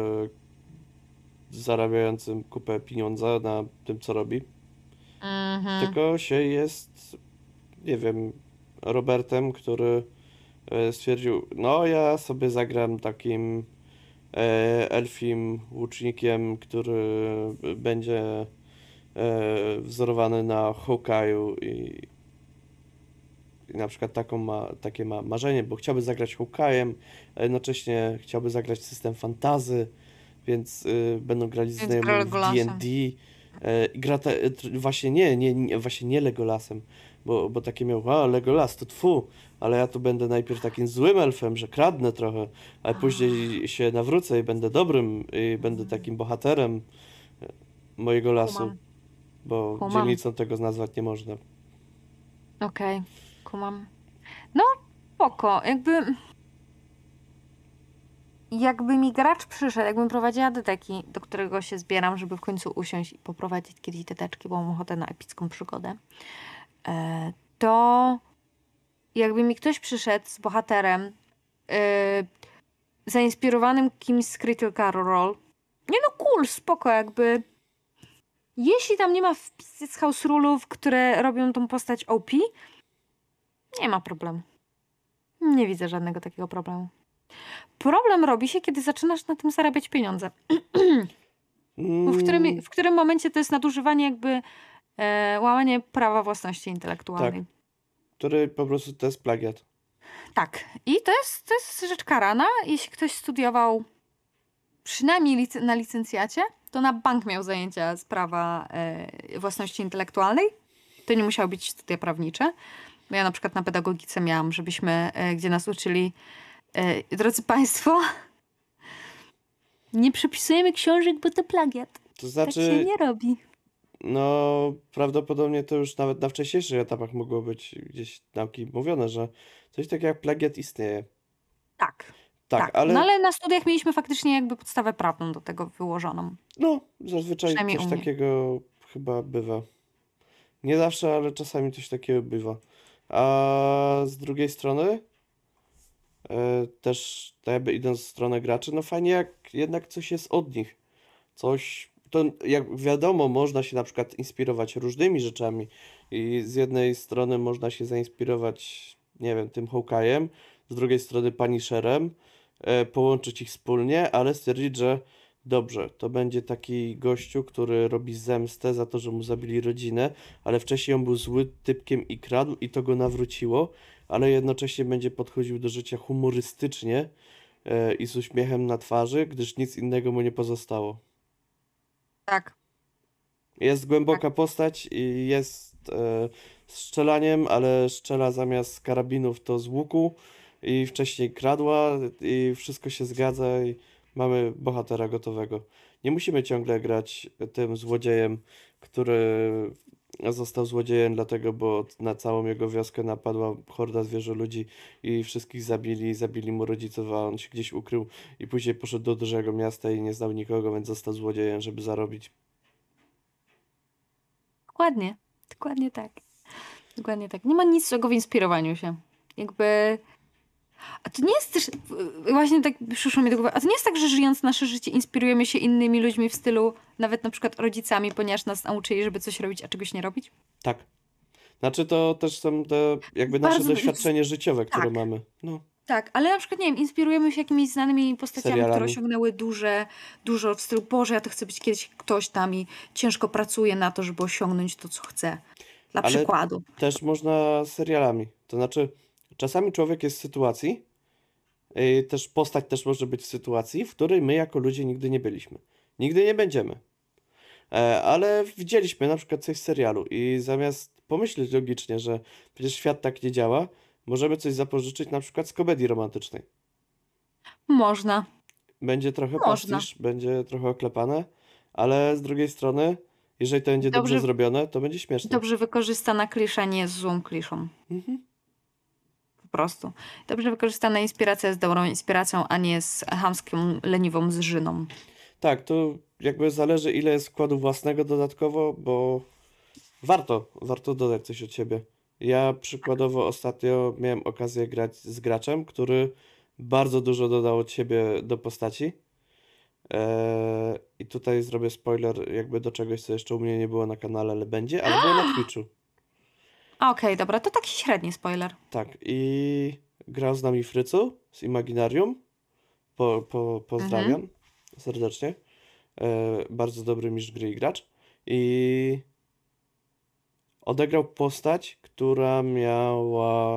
zarabiającym kupę pieniądza na tym, co robi. mhm. Tylko się jest, nie wiem, Robertem, który e, stwierdził, no ja sobie zagram takim e, elfim łucznikiem, który będzie e, wzorowany na Hawkeye'u i, i na przykład taką ma, takie ma marzenie, bo chciałby zagrać Hawkeye'em, a jednocześnie chciałby zagrać system fantazy, więc y, będą grali z Więc gra znajomymi w D and Legolasem. D. E, I gra te, tr- właśnie nie, nie, nie, właśnie nie Legolasem, bo, bo takie miał, a Legolas to tfu, ale ja tu będę najpierw takim złym elfem, że kradnę trochę, ale później się nawrócę i będę dobrym i będę takim bohaterem e, mojego lasu, Kumam, bo kumam. dzielnicą tego nazwać nie można. Okej, kumam. No, spoko, jakby... Jakby mi gracz przyszedł, jakbym prowadziła dedeki, do którego się zbieram, żeby w końcu usiąść i poprowadzić kiedyś dedeczki, bo mam ochotę na epicką przygodę, e, to jakby mi ktoś przyszedł z bohaterem e, zainspirowanym kimś z Critical Role, nie no cool, spoko, jakby jeśli tam nie ma wpisy z house rulów, które robią tą postać o pe, nie ma problemu. Nie widzę żadnego takiego problemu. Problem robi się, kiedy zaczynasz na tym zarabiać pieniądze. Bo w którym, Mm, w którym momencie to jest nadużywanie jakby e, łamanie prawa własności tak, intelektualnej. który po prostu to jest plagiat. Tak. I to jest, to jest rzecz karana. Jeśli ktoś studiował przynajmniej lic na licencjacie, to na bank miał zajęcia z prawa e, własności intelektualnej. To nie musiały być studia prawnicze. Bo ja na przykład na pedagogice miałam, żebyśmy, e, gdzie nas uczyli, e, drodzy Państwo, nie przepisujemy książek, bo to plagiat. To Tak się znaczy, nie robi. no prawdopodobnie to już nawet na wcześniejszych etapach mogło być gdzieś nauki mówione, że coś takiego jak plagiat istnieje. Tak, Tak, tak. No ale ale na studiach mieliśmy faktycznie jakby podstawę prawną do tego wyłożoną. no zazwyczaj Przynajmniej coś u mnie. takiego chyba bywa. Nie zawsze, ale czasami coś takiego bywa. A z drugiej strony e, też tak jakby idąc w stronę graczy, no fajnie jak jednak coś jest od nich. Coś, to jak wiadomo, można się na przykład inspirować różnymi rzeczami i z jednej strony można się zainspirować, nie wiem, tym Hawkeye'em, z drugiej strony Punisherem, e, połączyć ich wspólnie, ale stwierdzić, że dobrze, to będzie taki gościu, który robi zemstę za to, że mu zabili rodzinę, ale wcześniej on był zły typkiem i kradł i to go nawróciło, ale jednocześnie będzie podchodził do życia humorystycznie, e, i z uśmiechem na twarzy, gdyż nic innego mu nie pozostało. Tak, Jest tak. głęboka postać i jest e, strzelaniem, ale strzela zamiast karabinów to z łuku i wcześniej kradła i wszystko się zgadza i mamy bohatera gotowego. Nie musimy ciągle grać tym złodziejem, który został złodziejem dlatego, bo na całą jego wioskę napadła horda zwierzę ludzi i wszystkich zabili, zabili mu rodziców, a on się gdzieś ukrył i później poszedł do dużego miasta i nie znał nikogo, więc został złodziejem, żeby zarobić. Dokładnie. Dokładnie tak. Dokładnie tak. Nie ma nic złego w inspirowaniu się. Jakby... A to nie jest też... Właśnie tak przyszło mi do głowy. A to nie jest tak, że żyjąc nasze życie inspirujemy się innymi ludźmi w stylu nawet na przykład rodzicami, ponieważ nas nauczyli, żeby coś robić, a czegoś nie robić? Tak. Znaczy to też są te jakby nasze Bardzo... doświadczenie życiowe, które Tak. mamy. No, Tak, ale na przykład, nie wiem, inspirujemy się jakimiś znanymi postaciami, które serialami. osiągnęły duże, dużo w stylu, Boże, ja to chcę być kiedyś ktoś tam i ciężko pracuję na to, żeby osiągnąć to, co chcę. Dla Ale przykładu. też można serialami. To znaczy, czasami człowiek jest w sytuacji, yy, też postać też może być w sytuacji, w której my jako ludzie nigdy nie byliśmy. Nigdy nie będziemy. E, ale widzieliśmy na przykład coś z serialu i zamiast pomyśleć logicznie, że przecież świat tak nie działa, możemy coś zapożyczyć na przykład z komedii romantycznej. Można. Będzie trochę Można. pastisz, będzie trochę oklepane, ale z drugiej strony, jeżeli to będzie dobrze Dobrze, zrobione, to będzie śmieszne. dobrze wykorzystana klisza nie jest złą kliszą. Mhm. Po prostu. Dobrze wykorzystana inspiracja jest dobrą inspiracją, a nie z chamską, leniwą zżyną. Tak, to jakby zależy ile jest wkładu własnego dodatkowo, bo warto, warto dodać coś od siebie. Ja przykładowo ostatnio miałem okazję grać z graczem, który bardzo dużo dodał od siebie do postaci. Eee, I tutaj zrobię spoiler jakby do czegoś, co jeszcze u mnie nie było na kanale, ale będzie, ale było na Twitchu. Okej, dobra, to taki średni spoiler. Tak, i grał z nami Frycu z Imaginarium. Po, po, Mhm. pozdrawiam serdecznie. E, bardzo dobry mistrz gry i gracz. I odegrał postać, która miała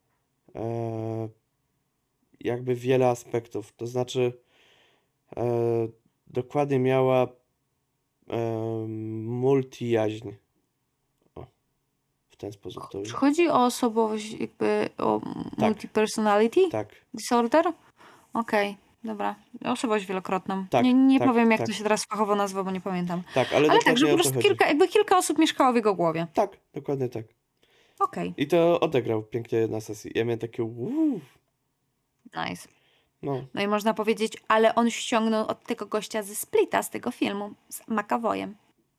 e, jakby wiele aspektów. To znaczy, e, dokładnie miała e, multijaźń. O, w ten sposób to Czy ujmę. chodzi o osobowość, jakby o Tak, multipersonality tak, disorder? Okej, dobra. Osobowość wielokrotną. tak, Nie, nie tak, powiem, jak to tak, się teraz fachowo nazywa, bo nie pamiętam. tak, ale Ale tak, że dokładnie po o to prostu chodzi. kilka, jakby kilka osób mieszkało w jego głowie. Tak, dokładnie tak. Okej, I to odegrał pięknie na sesji. Ja miałem takie uuu, nice. no. No i można powiedzieć, ale on ściągnął od tego gościa ze Splita, z tego filmu, z McAvoyem.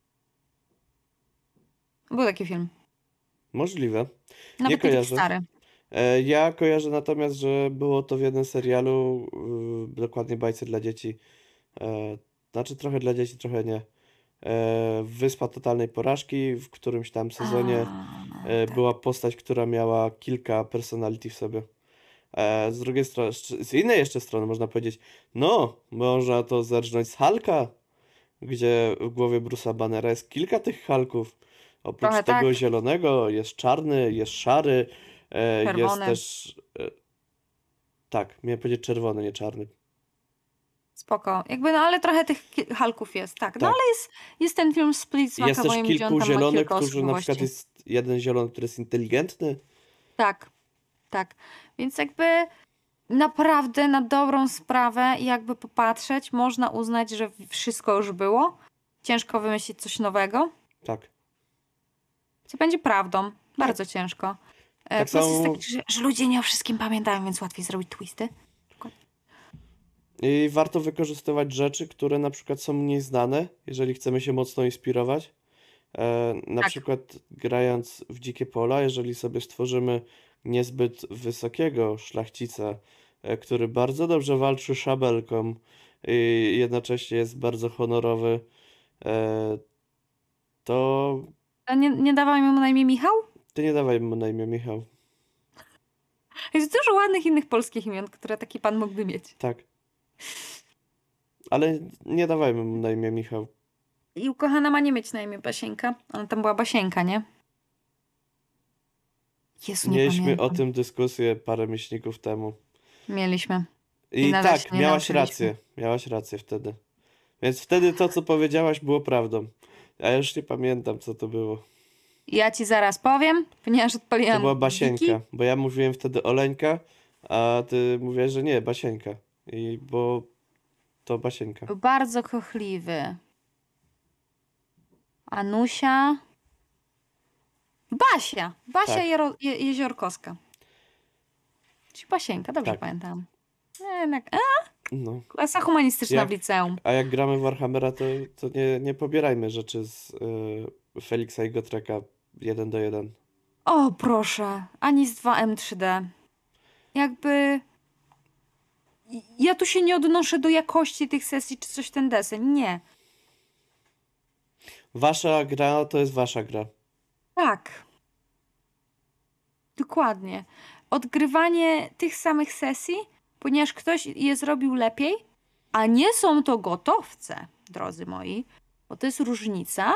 Był taki film. Możliwe. Nie Nawet nie taki kojarzę. stary. E, ja kojarzę natomiast, że było to w jednym serialu, y, dokładnie bajce dla dzieci. E, znaczy trochę dla dzieci, trochę nie. E, Wyspa Totalnej Porażki, w którymś tam sezonie A, e, tak. była postać, która miała kilka personality w sobie. E, z drugiej strony, z innej jeszcze strony można powiedzieć, no, można to zerżnąć z Hulka, gdzie w głowie Bruce'a Bannera jest kilka tych Hulków. Oprócz Trochę tego tak. zielonego jest czarny, jest szary, e, jest Czerwony. też... E, tak, miałem powiedzieć czerwony, nie czarny. Spoko. Jakby, no ale trochę tych ki- Hulków jest, tak. No Tak. ale jest, jest ten film Split z Jest też McAvoyem, gdzie on kilku tam ma zielonych, kilka którzy na przykład osobowości. jest jeden zielony, który jest inteligentny. Tak, tak. Więc jakby naprawdę na dobrą sprawę, jakby popatrzeć, można uznać, że wszystko już było. Ciężko wymyślić coś nowego, Tak. co będzie prawdą. Bardzo ciężko. E, Tak Plus jest samo taki, że, że ludzie nie o wszystkim pamiętają, więc łatwiej zrobić twisty. i warto wykorzystywać rzeczy, które na przykład są mniej znane, jeżeli chcemy się mocno inspirować. E, na Tak. przykład grając w Dzikie Pola, jeżeli sobie stworzymy niezbyt wysokiego szlachcica, e, który bardzo dobrze walczy szabelką i jednocześnie jest bardzo honorowy, e, to A nie, nie dawaj mu na imię Michał? ty nie dawaj mu na imię Michał. Jest dużo ładnych innych polskich imion, które taki pan mógłby mieć. Tak. Ale nie dawajmy mu na imię Michał. I ukochana ma nie mieć na imię Basieńka. Ona tam była Basieńka, nie? Jezu, nie Mieliśmy pamiętam. o tym dyskusję parę miesięcy temu. Mieliśmy. I I nadal tak, się nie miałaś nauczyliśmy. rację. Miałaś rację wtedy. Więc wtedy to, co powiedziałaś, było prawdą. A ja już nie pamiętam, co to było. Ja ci zaraz powiem, ponieważ To odpaliłam była wiki. Basieńka, bo ja mówiłem wtedy Oleńka, a ty mówiłaś, że nie, Basieńka. I bo To Basieńka. Był bardzo kochliwy. Anusia. Basia. Basia Tak, Jero, Je, Jeziorkowska. Czyli Basieńka, dobrze tak. pamiętam. E, Jednak, a, No. klasa humanistyczna w Jak, liceum. a jak gramy w Warhammera, to, to nie, nie pobierajmy rzeczy z y, Feliksa i Gotreka jeden do jeden. O, proszę. Ani z dwa M trzy D. Jakby... Ja tu się nie odnoszę do jakości tych sesji, czy coś ten deseń. Nie. Wasza gra to jest wasza gra. Tak. Dokładnie. Odgrywanie tych samych sesji, ponieważ ktoś je zrobił lepiej, a nie są to gotowce, drodzy moi, bo to jest różnica.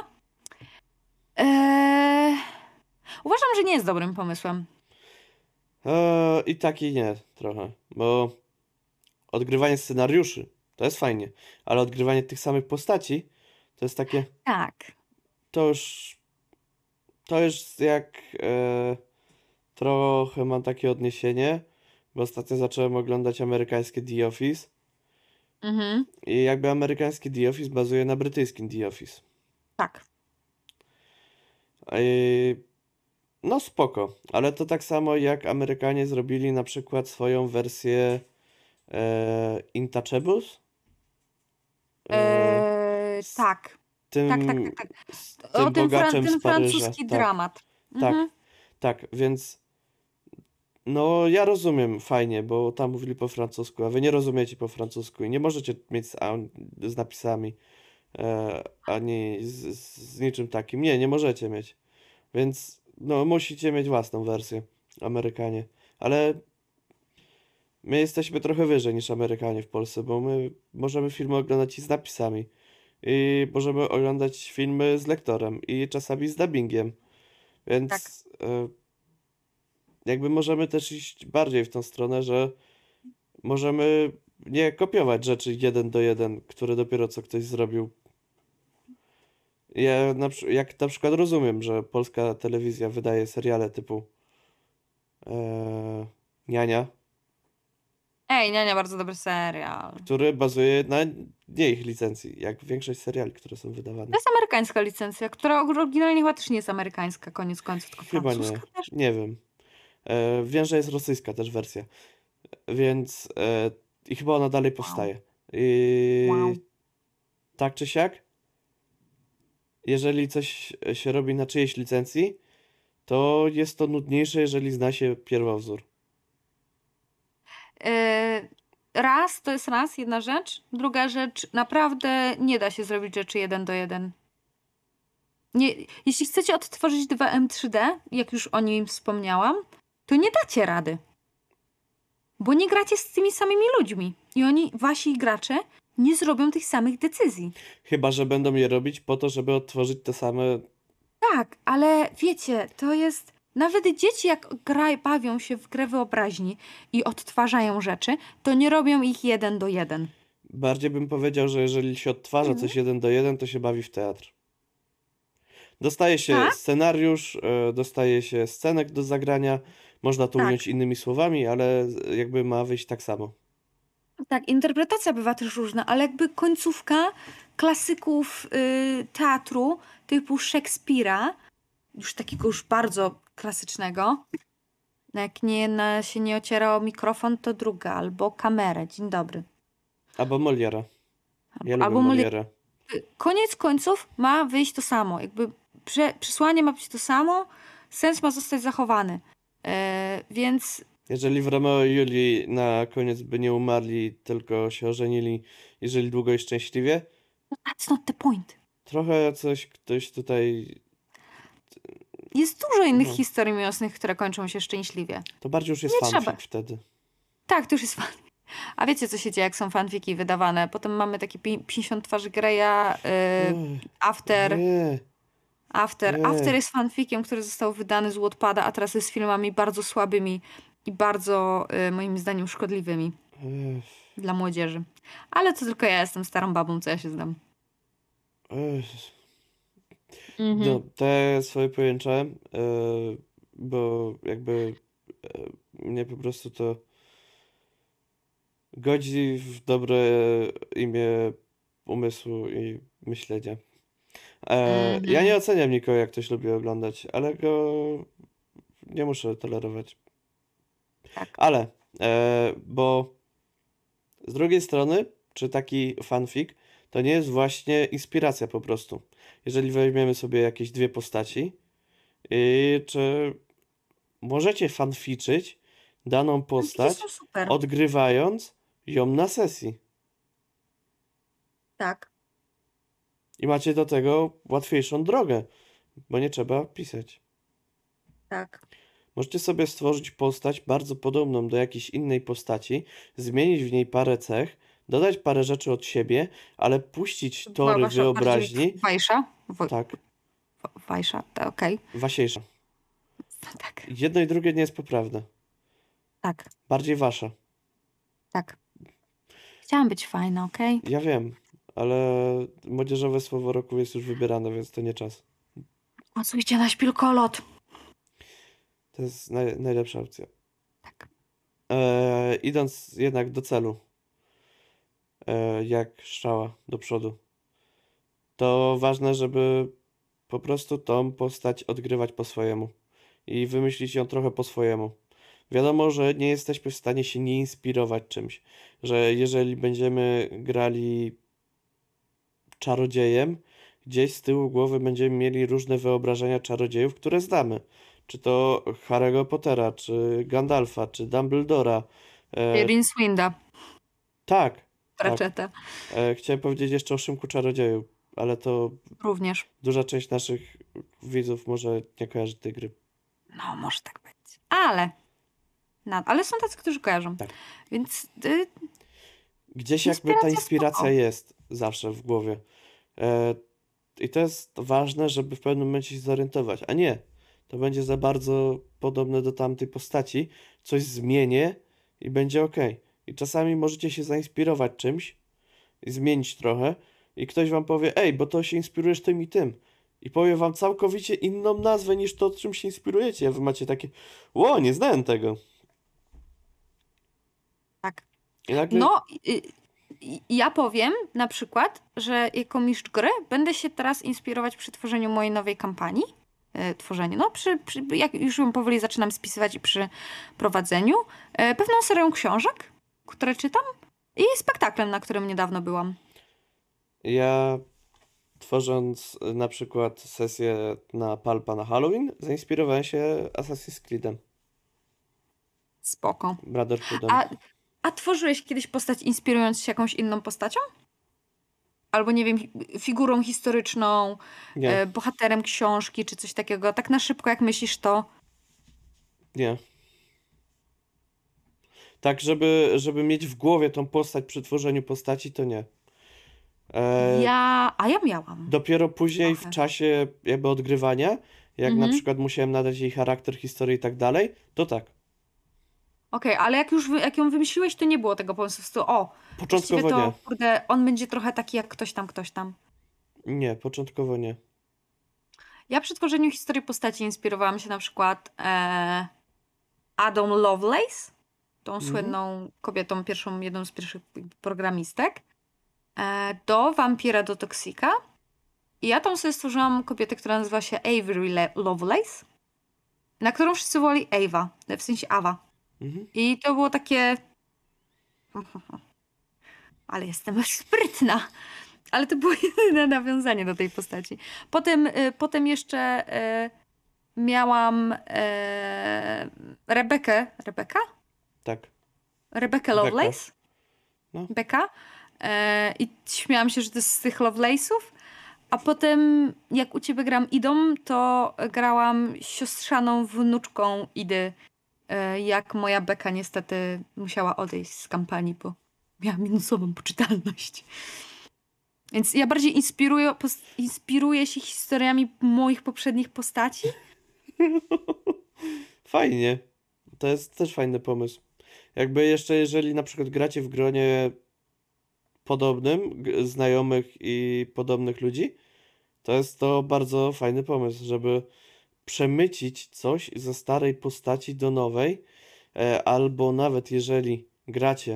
Eee... Uważam, że nie jest dobrym pomysłem. E, I tak i nie trochę, bo odgrywanie scenariuszy to jest fajnie, ale odgrywanie tych samych postaci to jest takie, Tak. to już, to już jak e, trochę mam takie odniesienie, bo ostatnio zacząłem oglądać amerykańskie The Office Mhm. i jakby amerykański The Office bazuje na brytyjskim The Office. Tak. I, no spoko, ale to tak samo jak Amerykanie zrobili na przykład swoją wersję e, Intouchables. E, Eee, z tak. Tak, tak, tym, tak, tak. z O tym tym fran bogaczem z ten Paryża. francuski Tak, dramat. tak, Mhm. tak, więc no ja rozumiem fajnie, bo tam mówili po francusku, a wy nie rozumiecie po francusku i nie możecie mieć z, a- z napisami e, ani z, z, z niczym takim. Nie, nie możecie mieć. Więc no musicie mieć własną wersję, Amerykanie. Ale my jesteśmy trochę wyżej niż Amerykanie w Polsce, bo my możemy filmy oglądać i z napisami. I możemy oglądać filmy z lektorem i czasami z dubbingiem. Tak. Więc e, jakby możemy też iść bardziej w tą stronę, że możemy nie kopiować rzeczy jeden do jeden, które dopiero co ktoś zrobił. Ja na, przy- jak na przykład rozumiem, że polska telewizja wydaje seriale typu e, Niania, Ej, nie, nie, bardzo dobry serial. który bazuje na nie ich licencji, jak większość seriali, które są wydawane. To jest amerykańska licencja, która oryginalnie chyba też nie jest amerykańska, koniec końców, tylko Chyba nie, francuska też. nie wiem. E, wiem, że jest rosyjska też wersja, więc e, i chyba ona dalej Wow. powstaje. I Wow. tak czy siak, jeżeli coś się robi na czyjejś licencji, to jest to nudniejsze, jeżeli zna się pierwowzór. Yy, raz, to jest raz, jedna rzecz. Druga rzecz, naprawdę nie da się zrobić rzeczy jeden do jeden. Nie, jeśli chcecie odtworzyć dwa M trzy D, jak już o nim wspomniałam, to nie dacie rady. Bo nie gracie z tymi samymi ludźmi. I oni, wasi gracze, nie zrobią tych samych decyzji. Chyba że będą je robić po to, żeby odtworzyć te same. Tak, ale wiecie, to jest... Nawet dzieci jak gra, bawią się w grę wyobraźni i odtwarzają rzeczy, to nie robią ich jeden do jeden. Bardziej bym powiedział, że jeżeli się odtwarza Mhm. coś jeden do jeden, to się bawi w teatr. Dostaje się Tak, scenariusz, e, dostaje się scenek do zagrania. Można to tak, ująć innymi słowami, ale jakby ma wyjść tak samo. tak. Interpretacja bywa też różna, ale jakby końcówka klasyków y, teatru typu Szekspira, już takiego już bardzo klasycznego, jak nie, na, się nie ociera o mikrofon, to druga, albo kamerę. Dzień dobry. Albo Moliera. Ja Albo, lubię albo Moli- Moliera. Koniec końców ma wyjść to samo. Jakby prze, przesłanie ma być to samo, sens ma zostać zachowany. E, więc Jeżeli w Romeo i Julii na koniec by nie umarli, tylko się ożenili i żyli długo i szczęśliwie, that's not the point. trochę coś ktoś tutaj. Jest dużo innych No, historii miłosnych, które kończą się szczęśliwie. to bardziej już jest Nie fanfic trzeba. wtedy. Tak, to już jest fan. A wiecie, co się dzieje, jak są fanfiki wydawane? Potem mamy takie pi- pięćdziesiąt twarzy Greya, y, Ech, After. nie, After. After nie. jest fanfikiem, który został wydany z Wattpada, a teraz jest filmami bardzo słabymi i bardzo, y, moim zdaniem, szkodliwymi Ech, dla młodzieży. Ale to tylko ja jestem starą babą, co ja się znam. ech. Mhm. No, te swoje pojęczałem, e, bo jakby e, mnie po prostu to godzi w dobre imię umysłu i myślenia. E, ja Mhm. nie oceniam nikogo, jak ktoś lubi oglądać, ale go nie muszę tolerować. Tak. Ale, e, bo z drugiej strony, czy taki fanfic to nie jest właśnie inspiracja po prostu. Jeżeli weźmiemy sobie jakieś dwie postaci, i czy możecie fanficzyć daną Fanfici są postać, super. odgrywając ją na sesji. Tak, I macie do tego łatwiejszą drogę, bo nie trzeba pisać. tak. Możecie sobie stworzyć postać bardzo podobną do jakiejś innej postaci, zmienić w niej parę cech, dodać parę rzeczy od siebie, ale puścić To była tory wasza bardziej wyobraźni. Wajsza? Woj- Tak, Wajsza, ta- okej. wasiejsza. Tak, Jedno i drugie nie jest poprawne. tak, Bardziej wasza. tak. Chciałam być fajna, okej? Ja wiem, ale młodzieżowe słowo roku jest już wybierane, więc to nie czas. Głosujcie na Śpilkolot. To jest naj, najlepsza opcja. Tak. E, idąc jednak do celu, e, jak strzała do przodu, to ważne, żeby po prostu tą postać odgrywać po swojemu i wymyślić ją trochę po swojemu. Wiadomo, że nie jesteśmy w stanie się nie inspirować czymś, że jeżeli będziemy grali czarodziejem, gdzieś z tyłu głowy będziemy mieli różne wyobrażenia czarodziejów, które znamy. Czy to Harry'ego Pottera, czy Gandalfa, czy Dumbledora. E, Rincewind tak, tak. Pratchetta E, chciałem powiedzieć jeszcze o Szymku Czarodzieju, ale to również. duża część naszych widzów może nie kojarzy tej gry. No, może tak być. Ale, no, ale są tacy, którzy kojarzą. Tak. Więc y, Gdzieś jakby ta inspiracja inspiracja spoko. jest zawsze w głowie. E, I to jest ważne, żeby w pewnym momencie się zorientować. A nie, to będzie za bardzo podobne do tamtej postaci, coś zmienię i będzie ok. I czasami możecie się zainspirować czymś i zmienić trochę i ktoś wam powie, ej, bo to się inspirujesz tym i tym. I powie wam całkowicie inną nazwę niż to, czym się inspirujecie. A wy macie takie, ło, nie znałem tego. Tak. I nagle, No, y, y, ja powiem na przykład, że jako mistrz gry będę się teraz inspirować przy tworzeniu mojej nowej kampanii. y, Tworzeniu, no, przy, przy, jak już ją powoli zaczynam spisywać i przy prowadzeniu, y, pewną serią książek, które czytam i spektaklem, na którym niedawno byłam. ja tworząc y, na przykład sesję na Palpa na Halloween, zainspirowałem się Assassin's Creedem, Spoko. Brotherhoodem. A, a tworzyłeś kiedyś postać inspirując się jakąś inną postacią? Albo nie wiem, hi- figurą historyczną, Nie, e, bohaterem książki, czy coś takiego. Tak na szybko, jak myślisz, to nie. Tak, żeby, żeby mieć w głowie tą postać przy tworzeniu postaci, to nie. E, ja. A ja miałam dopiero później w trochę. czasie jakby odgrywania, jak na Mhm. przykład musiałem nadać jej charakter, historię i tak dalej, to tak. Okej, ale jak już wy, jak ją wymyśliłeś, to nie było tego pomysłu. Po prostu, o, właściwie Początkowo nie. to, kurde, on będzie trochę taki jak ktoś tam, ktoś tam. Nie, początkowo nie. Ja przy tworzeniu historii postaci inspirowałam się na przykład e, Adą Lovelace, tą Mhm. słynną kobietą, pierwszą, jedną z pierwszych programistek, e, do Wampira do Toksika. I ja tą sobie stworzyłam kobietę, która nazywa się Avery Le- Lovelace, na którą wszyscy wołali Ava, w sensie Ava. Mhm. I to było takie... Ale jestem sprytna. Ale to było jedyne nawiązanie do tej postaci. Potem, y, potem jeszcze y, miałam y, Rebekę. Rebeka? Tak. Rebekę Beka. Lovelace. No. Beka. E, I śmiałam się, że to jest z tych Lovelace'ów. A potem, jak u ciebie gram Idą, to grałam siostrzaną wnuczką Idy. E, jak moja Beka niestety musiała odejść z kampanii, bo miała minusową poczytalność. Więc ja bardziej inspiruję, pos- inspiruję się historiami moich poprzednich postaci. Fajnie. To jest też fajny pomysł. Jakby jeszcze jeżeli na przykład gracie w gronie podobnym, g- znajomych i podobnych ludzi, to jest to bardzo fajny pomysł, żeby przemycić coś ze starej postaci do nowej, e, albo nawet jeżeli gracie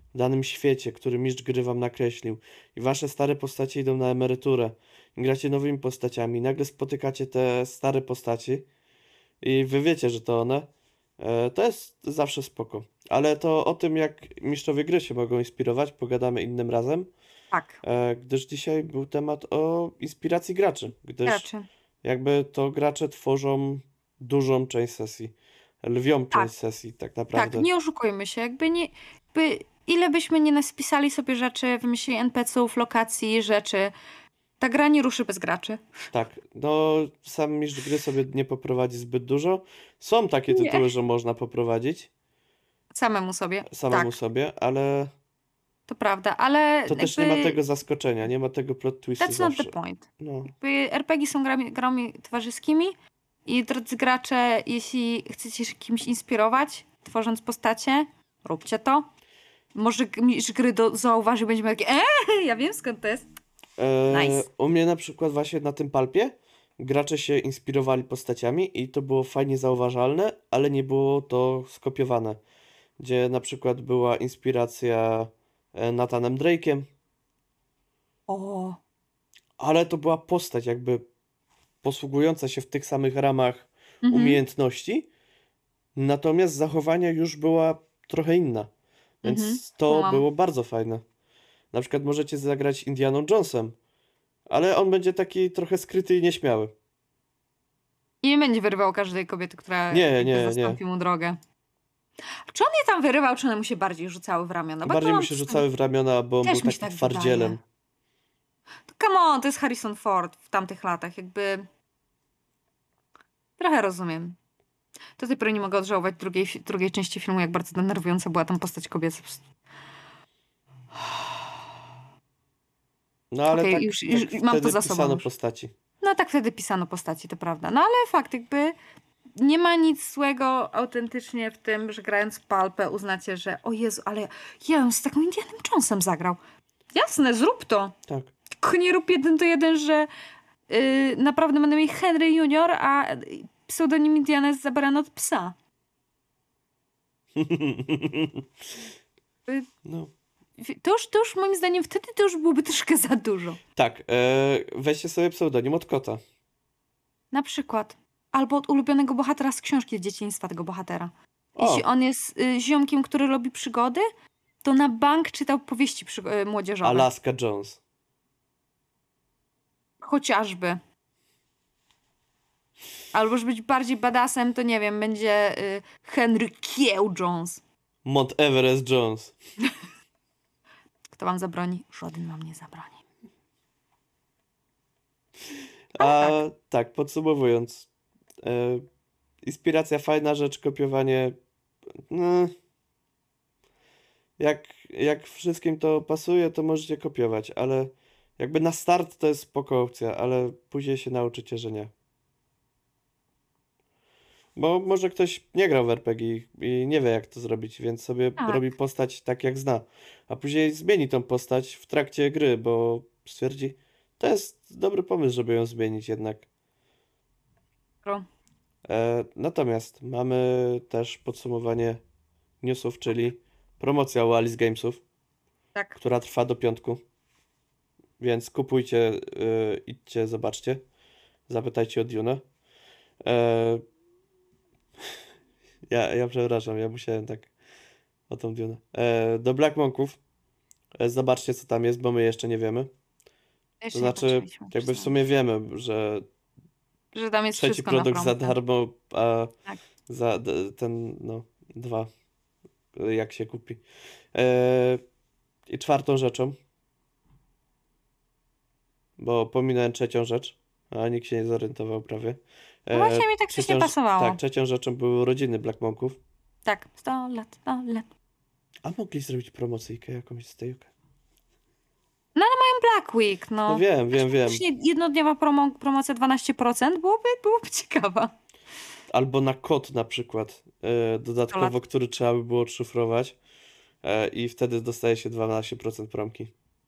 w danym świecie, który mistrz gry wam nakreślił i wasze stare postacie idą na emeryturę i gracie nowymi postaciami, nagle spotykacie te stare postaci i wy wiecie, że to one, e, to jest zawsze spoko. Ale to o tym, jak mistrzowie gry się mogą inspirować, pogadamy innym razem, Tak, e, gdyż dzisiaj był temat o inspiracji graczy, gdyż graczy. jakby to gracze tworzą dużą część sesji, lwią Tak, część sesji tak tak, naprawdę. nie oszukujmy się. Jakby nie, jakby ile byśmy nie naspisali sobie rzeczy, wymyślili en pe ce ów, lokacji, rzeczy, ta gra nie ruszy bez graczy. Tak, no sam mistrz gry sobie nie poprowadzi zbyt dużo. Są takie Nie. tytuły, że można poprowadzić Samemu sobie. samemu Tak, sobie, ale to prawda, ale to też nie ma jakby tego zaskoczenia, nie ma tego plot twistu that's not the zawsze. point. No, Jakby er pe gie są grami, grami towarzyskimi i drodzy gracze, jeśli chcecie się kimś inspirować, tworząc postacie, róbcie to. Może g- mistrz gry do, zauważy, będziemy takie, eee, ja wiem skąd to jest. e, Nice. u mnie na przykład właśnie na tym palpie gracze się inspirowali postaciami i to było fajnie zauważalne, ale nie było to skopiowane. Gdzie na przykład była inspiracja e, Nathanem Drake'em, O, ale to była postać jakby posługująca się w tych samych ramach mhm, umiejętności, natomiast zachowania już była trochę inna, mhm, więc to kumam. było bardzo fajne. Na przykład możecie zagrać Indianą Jonesem, ale on będzie taki trochę skryty i nieśmiały. I nie będzie wyrywał każdej kobiety, która Nie, jakby nie, nie. zastąpi mu drogę. Czy on je tam wyrywał, czy one mu się bardziej rzucały w ramiona? Bo jak Bardziej ja mu mam się przy- rzucały w ramiona, bo on Też był mi się takim tak twardzielem. wydaje. To come on, to jest Harrison Ford w tamtych latach, jakby... Trochę rozumiem. Do tej pory nie mogę odżałować drugiej, fi- drugiej części filmu, jak bardzo denerwująca była tam postać kobieca. Po prostu. No ale Okej, tak, już- tak już mam to wtedy za sobą pisano już. postaci. No tak wtedy pisano postaci, to prawda. No ale fakt, jakby nie ma nic złego autentycznie w tym, że grając Palpę uznacie, że o Jezu, ale ja bym z taką Indianem Jonesem zagrał. Jasne, zrób to. Tak. Tylko nie rób jeden do jeden, że yy, naprawdę będę mieć Henry junior, a pseudonim Indiana jest zabrany od psa. Y, No. To już, to już moim zdaniem wtedy to już byłoby troszkę za dużo. Tak, e, weźcie sobie pseudonim od kota. Na przykład. Albo od ulubionego bohatera z książki z dzieciństwa tego bohatera. O. Jeśli on jest y, ziomkiem, który lubi przygody, to na bank czytał powieści przygo- y, młodzieżowe. Alaska Jones. Chociażby. Albo żeby być bardziej badassem, to nie wiem, będzie y, Henry Kieł Jones. Mount Everest Jones. Kto wam zabroni? Żaden wam nie zabroni. A tak, podsumowując. E, inspiracja fajna rzecz, kopiowanie. No, jak, jak wszystkim to pasuje, to możecie kopiować, ale jakby na start to jest spoko opcja, ale później się nauczycie, że nie. Bo może ktoś nie grał w er pe gie i nie wie jak to zrobić, więc sobie Tak. robi postać tak jak zna. A później zmieni tą postać w trakcie gry, bo stwierdzi, to jest dobry pomysł, żeby ją zmienić jednak. Pro. E, natomiast mamy też podsumowanie newsów, czyli promocja u Alice Gamesów, Tak. która trwa do piątku. Więc kupujcie, y, idźcie, zobaczcie. Zapytajcie o Dune. E, ja, ja przepraszam, ja musiałem tak o tą Dune. E, do Black Monków. E, zobaczcie, co tam jest, bo my jeszcze nie wiemy. To Jeszcze nie znaczy, patrzyliśmy, jakby w przyznam. sumie wiemy, że Że tam jest trzeci wszystko na produkt za promce. darmo, a Tak. za d- ten, no, dwa, jak się kupi. E, I czwartą rzeczą, bo pominąłem trzecią rzecz, a nikt się nie zorientował prawie. No właśnie mi tak coś nie trzecią- pasowało. Tak, trzecią rzeczą były urodziny Black Monków. Tak, sto lat, sto lat. A mogli zrobić promocyjkę jakąś z tej. Black Week, no. No wiem, wiem, wiem. Faktycznie jednodniowa promo, promocja dwanaście procent byłoby, byłoby ciekawa. Albo na kod na przykład e, dodatkowo, lat. który trzeba by było odszyfrować e, i wtedy dostaje się dwanaście procent promki.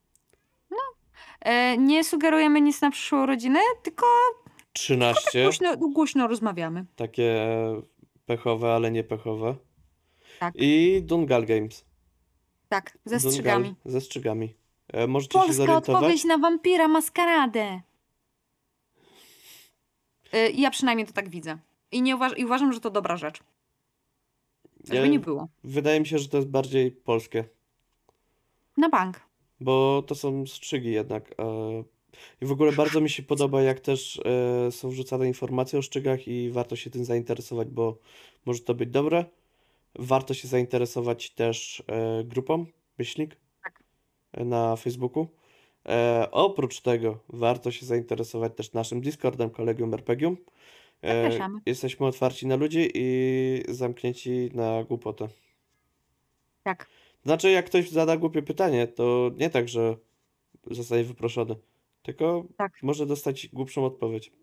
E, nie sugerujemy nic na przyszłą rodzinę, tylko trzynaście, głośno, głośno rozmawiamy. takie e, pechowe, ale nie pechowe. Tak. I Dungal Games. Tak, ze Dungal strzygami. ze strzygami. E, możecie się Polska odpowiedź zorientować. na wampira maskaradę. Y, Ja przynajmniej to tak widzę. I, nie uważ- I uważam, że to dobra rzecz. Żeby nie E, było. wydaje mi się, że to jest bardziej polskie, Na bank. bo to są strzygi jednak. E, I w ogóle bardzo mi się podoba, jak też e, są wrzucane informacje o szczygach i warto się tym zainteresować, bo może to być dobre. Warto się zainteresować też e, grupą Myślnik Tak. e, na Facebooku. E, oprócz tego warto się zainteresować też naszym Discordem, Kolegium Arpegium. E, Zapraszamy. jesteśmy otwarci na ludzi i zamknięci na głupotę. Tak. Znaczy, jak ktoś zada głupie pytanie, to nie tak, że zostanie wyproszony, tylko Tak. może dostać głupszą odpowiedź.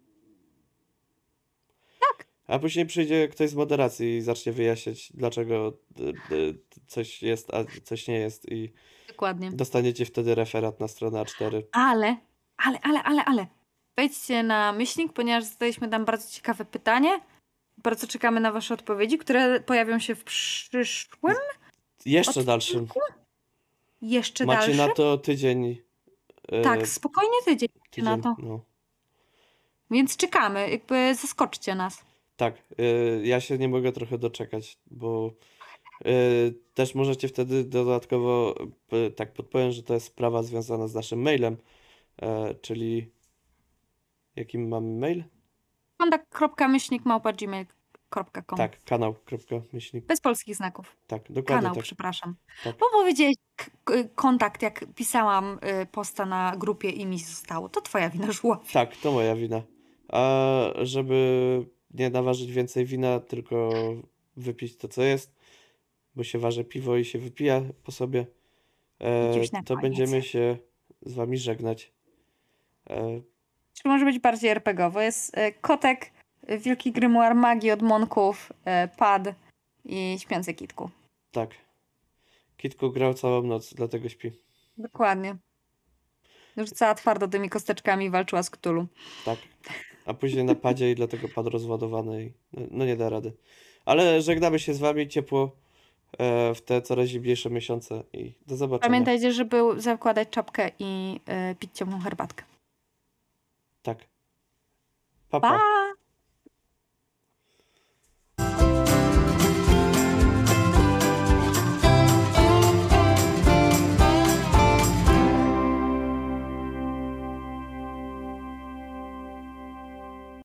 Tak. A później przyjdzie ktoś z moderacji i zacznie wyjaśniać, dlaczego d- d- coś jest, a coś nie jest, i Dokładnie. dostaniecie wtedy referat na stronę A cztery. Ale, ale, ale, ale, ale. Wejdźcie na myślnik, ponieważ zadaliśmy tam bardzo ciekawe pytanie. Bardzo czekamy na wasze odpowiedzi, które pojawią się w przyszłym, Jeszcze Od- dalszym. jeszcze Macie dalszym. na to tydzień. e, Tak, spokojnie tydzień na tydzień, to. no. Więc czekamy, jakby zaskoczcie nas. Tak, e, ja się nie mogę trochę doczekać, bo e, też możecie wtedy dodatkowo, e, tak podpowiem, że to jest sprawa związana z naszym mailem, e, czyli jakim mamy mail? kontakt kropka myślnik małpa gmail kropka com. Tak, kanał.myślnik. Bez polskich znaków. Tak, dokładnie Kanał, tak. przepraszam. Tak. Bo powiedziałeś k- k- kontakt, jak pisałam y, posta na grupie i mi zostało. To twoja wina, żółw. Tak, to moja wina. A żeby nie naważyć więcej wina, tylko wypić to, co jest, bo się waży piwo i się wypija po sobie, e, Już na to koniec. będziemy się z wami żegnać. E, Czy może być bardziej er pe gie owo? Jest y, kotek, y, wielki grymuar magii od monków, y, pad i śpiący kitku. tak. Kitku grał całą noc, dlatego śpi. Dokładnie. Rzucała twardo tymi kosteczkami i walczyła z Cthulhu. Tak. A później na padzie i dlatego pad rozładowany i no, no nie da rady. Ale żegnamy się z wami ciepło e, w te coraz zimniejsze miesiące i do zobaczenia. Pamiętajcie, żeby zakładać czapkę i y, pić ciepłą herbatkę. Tak. Pa, pa. Pa!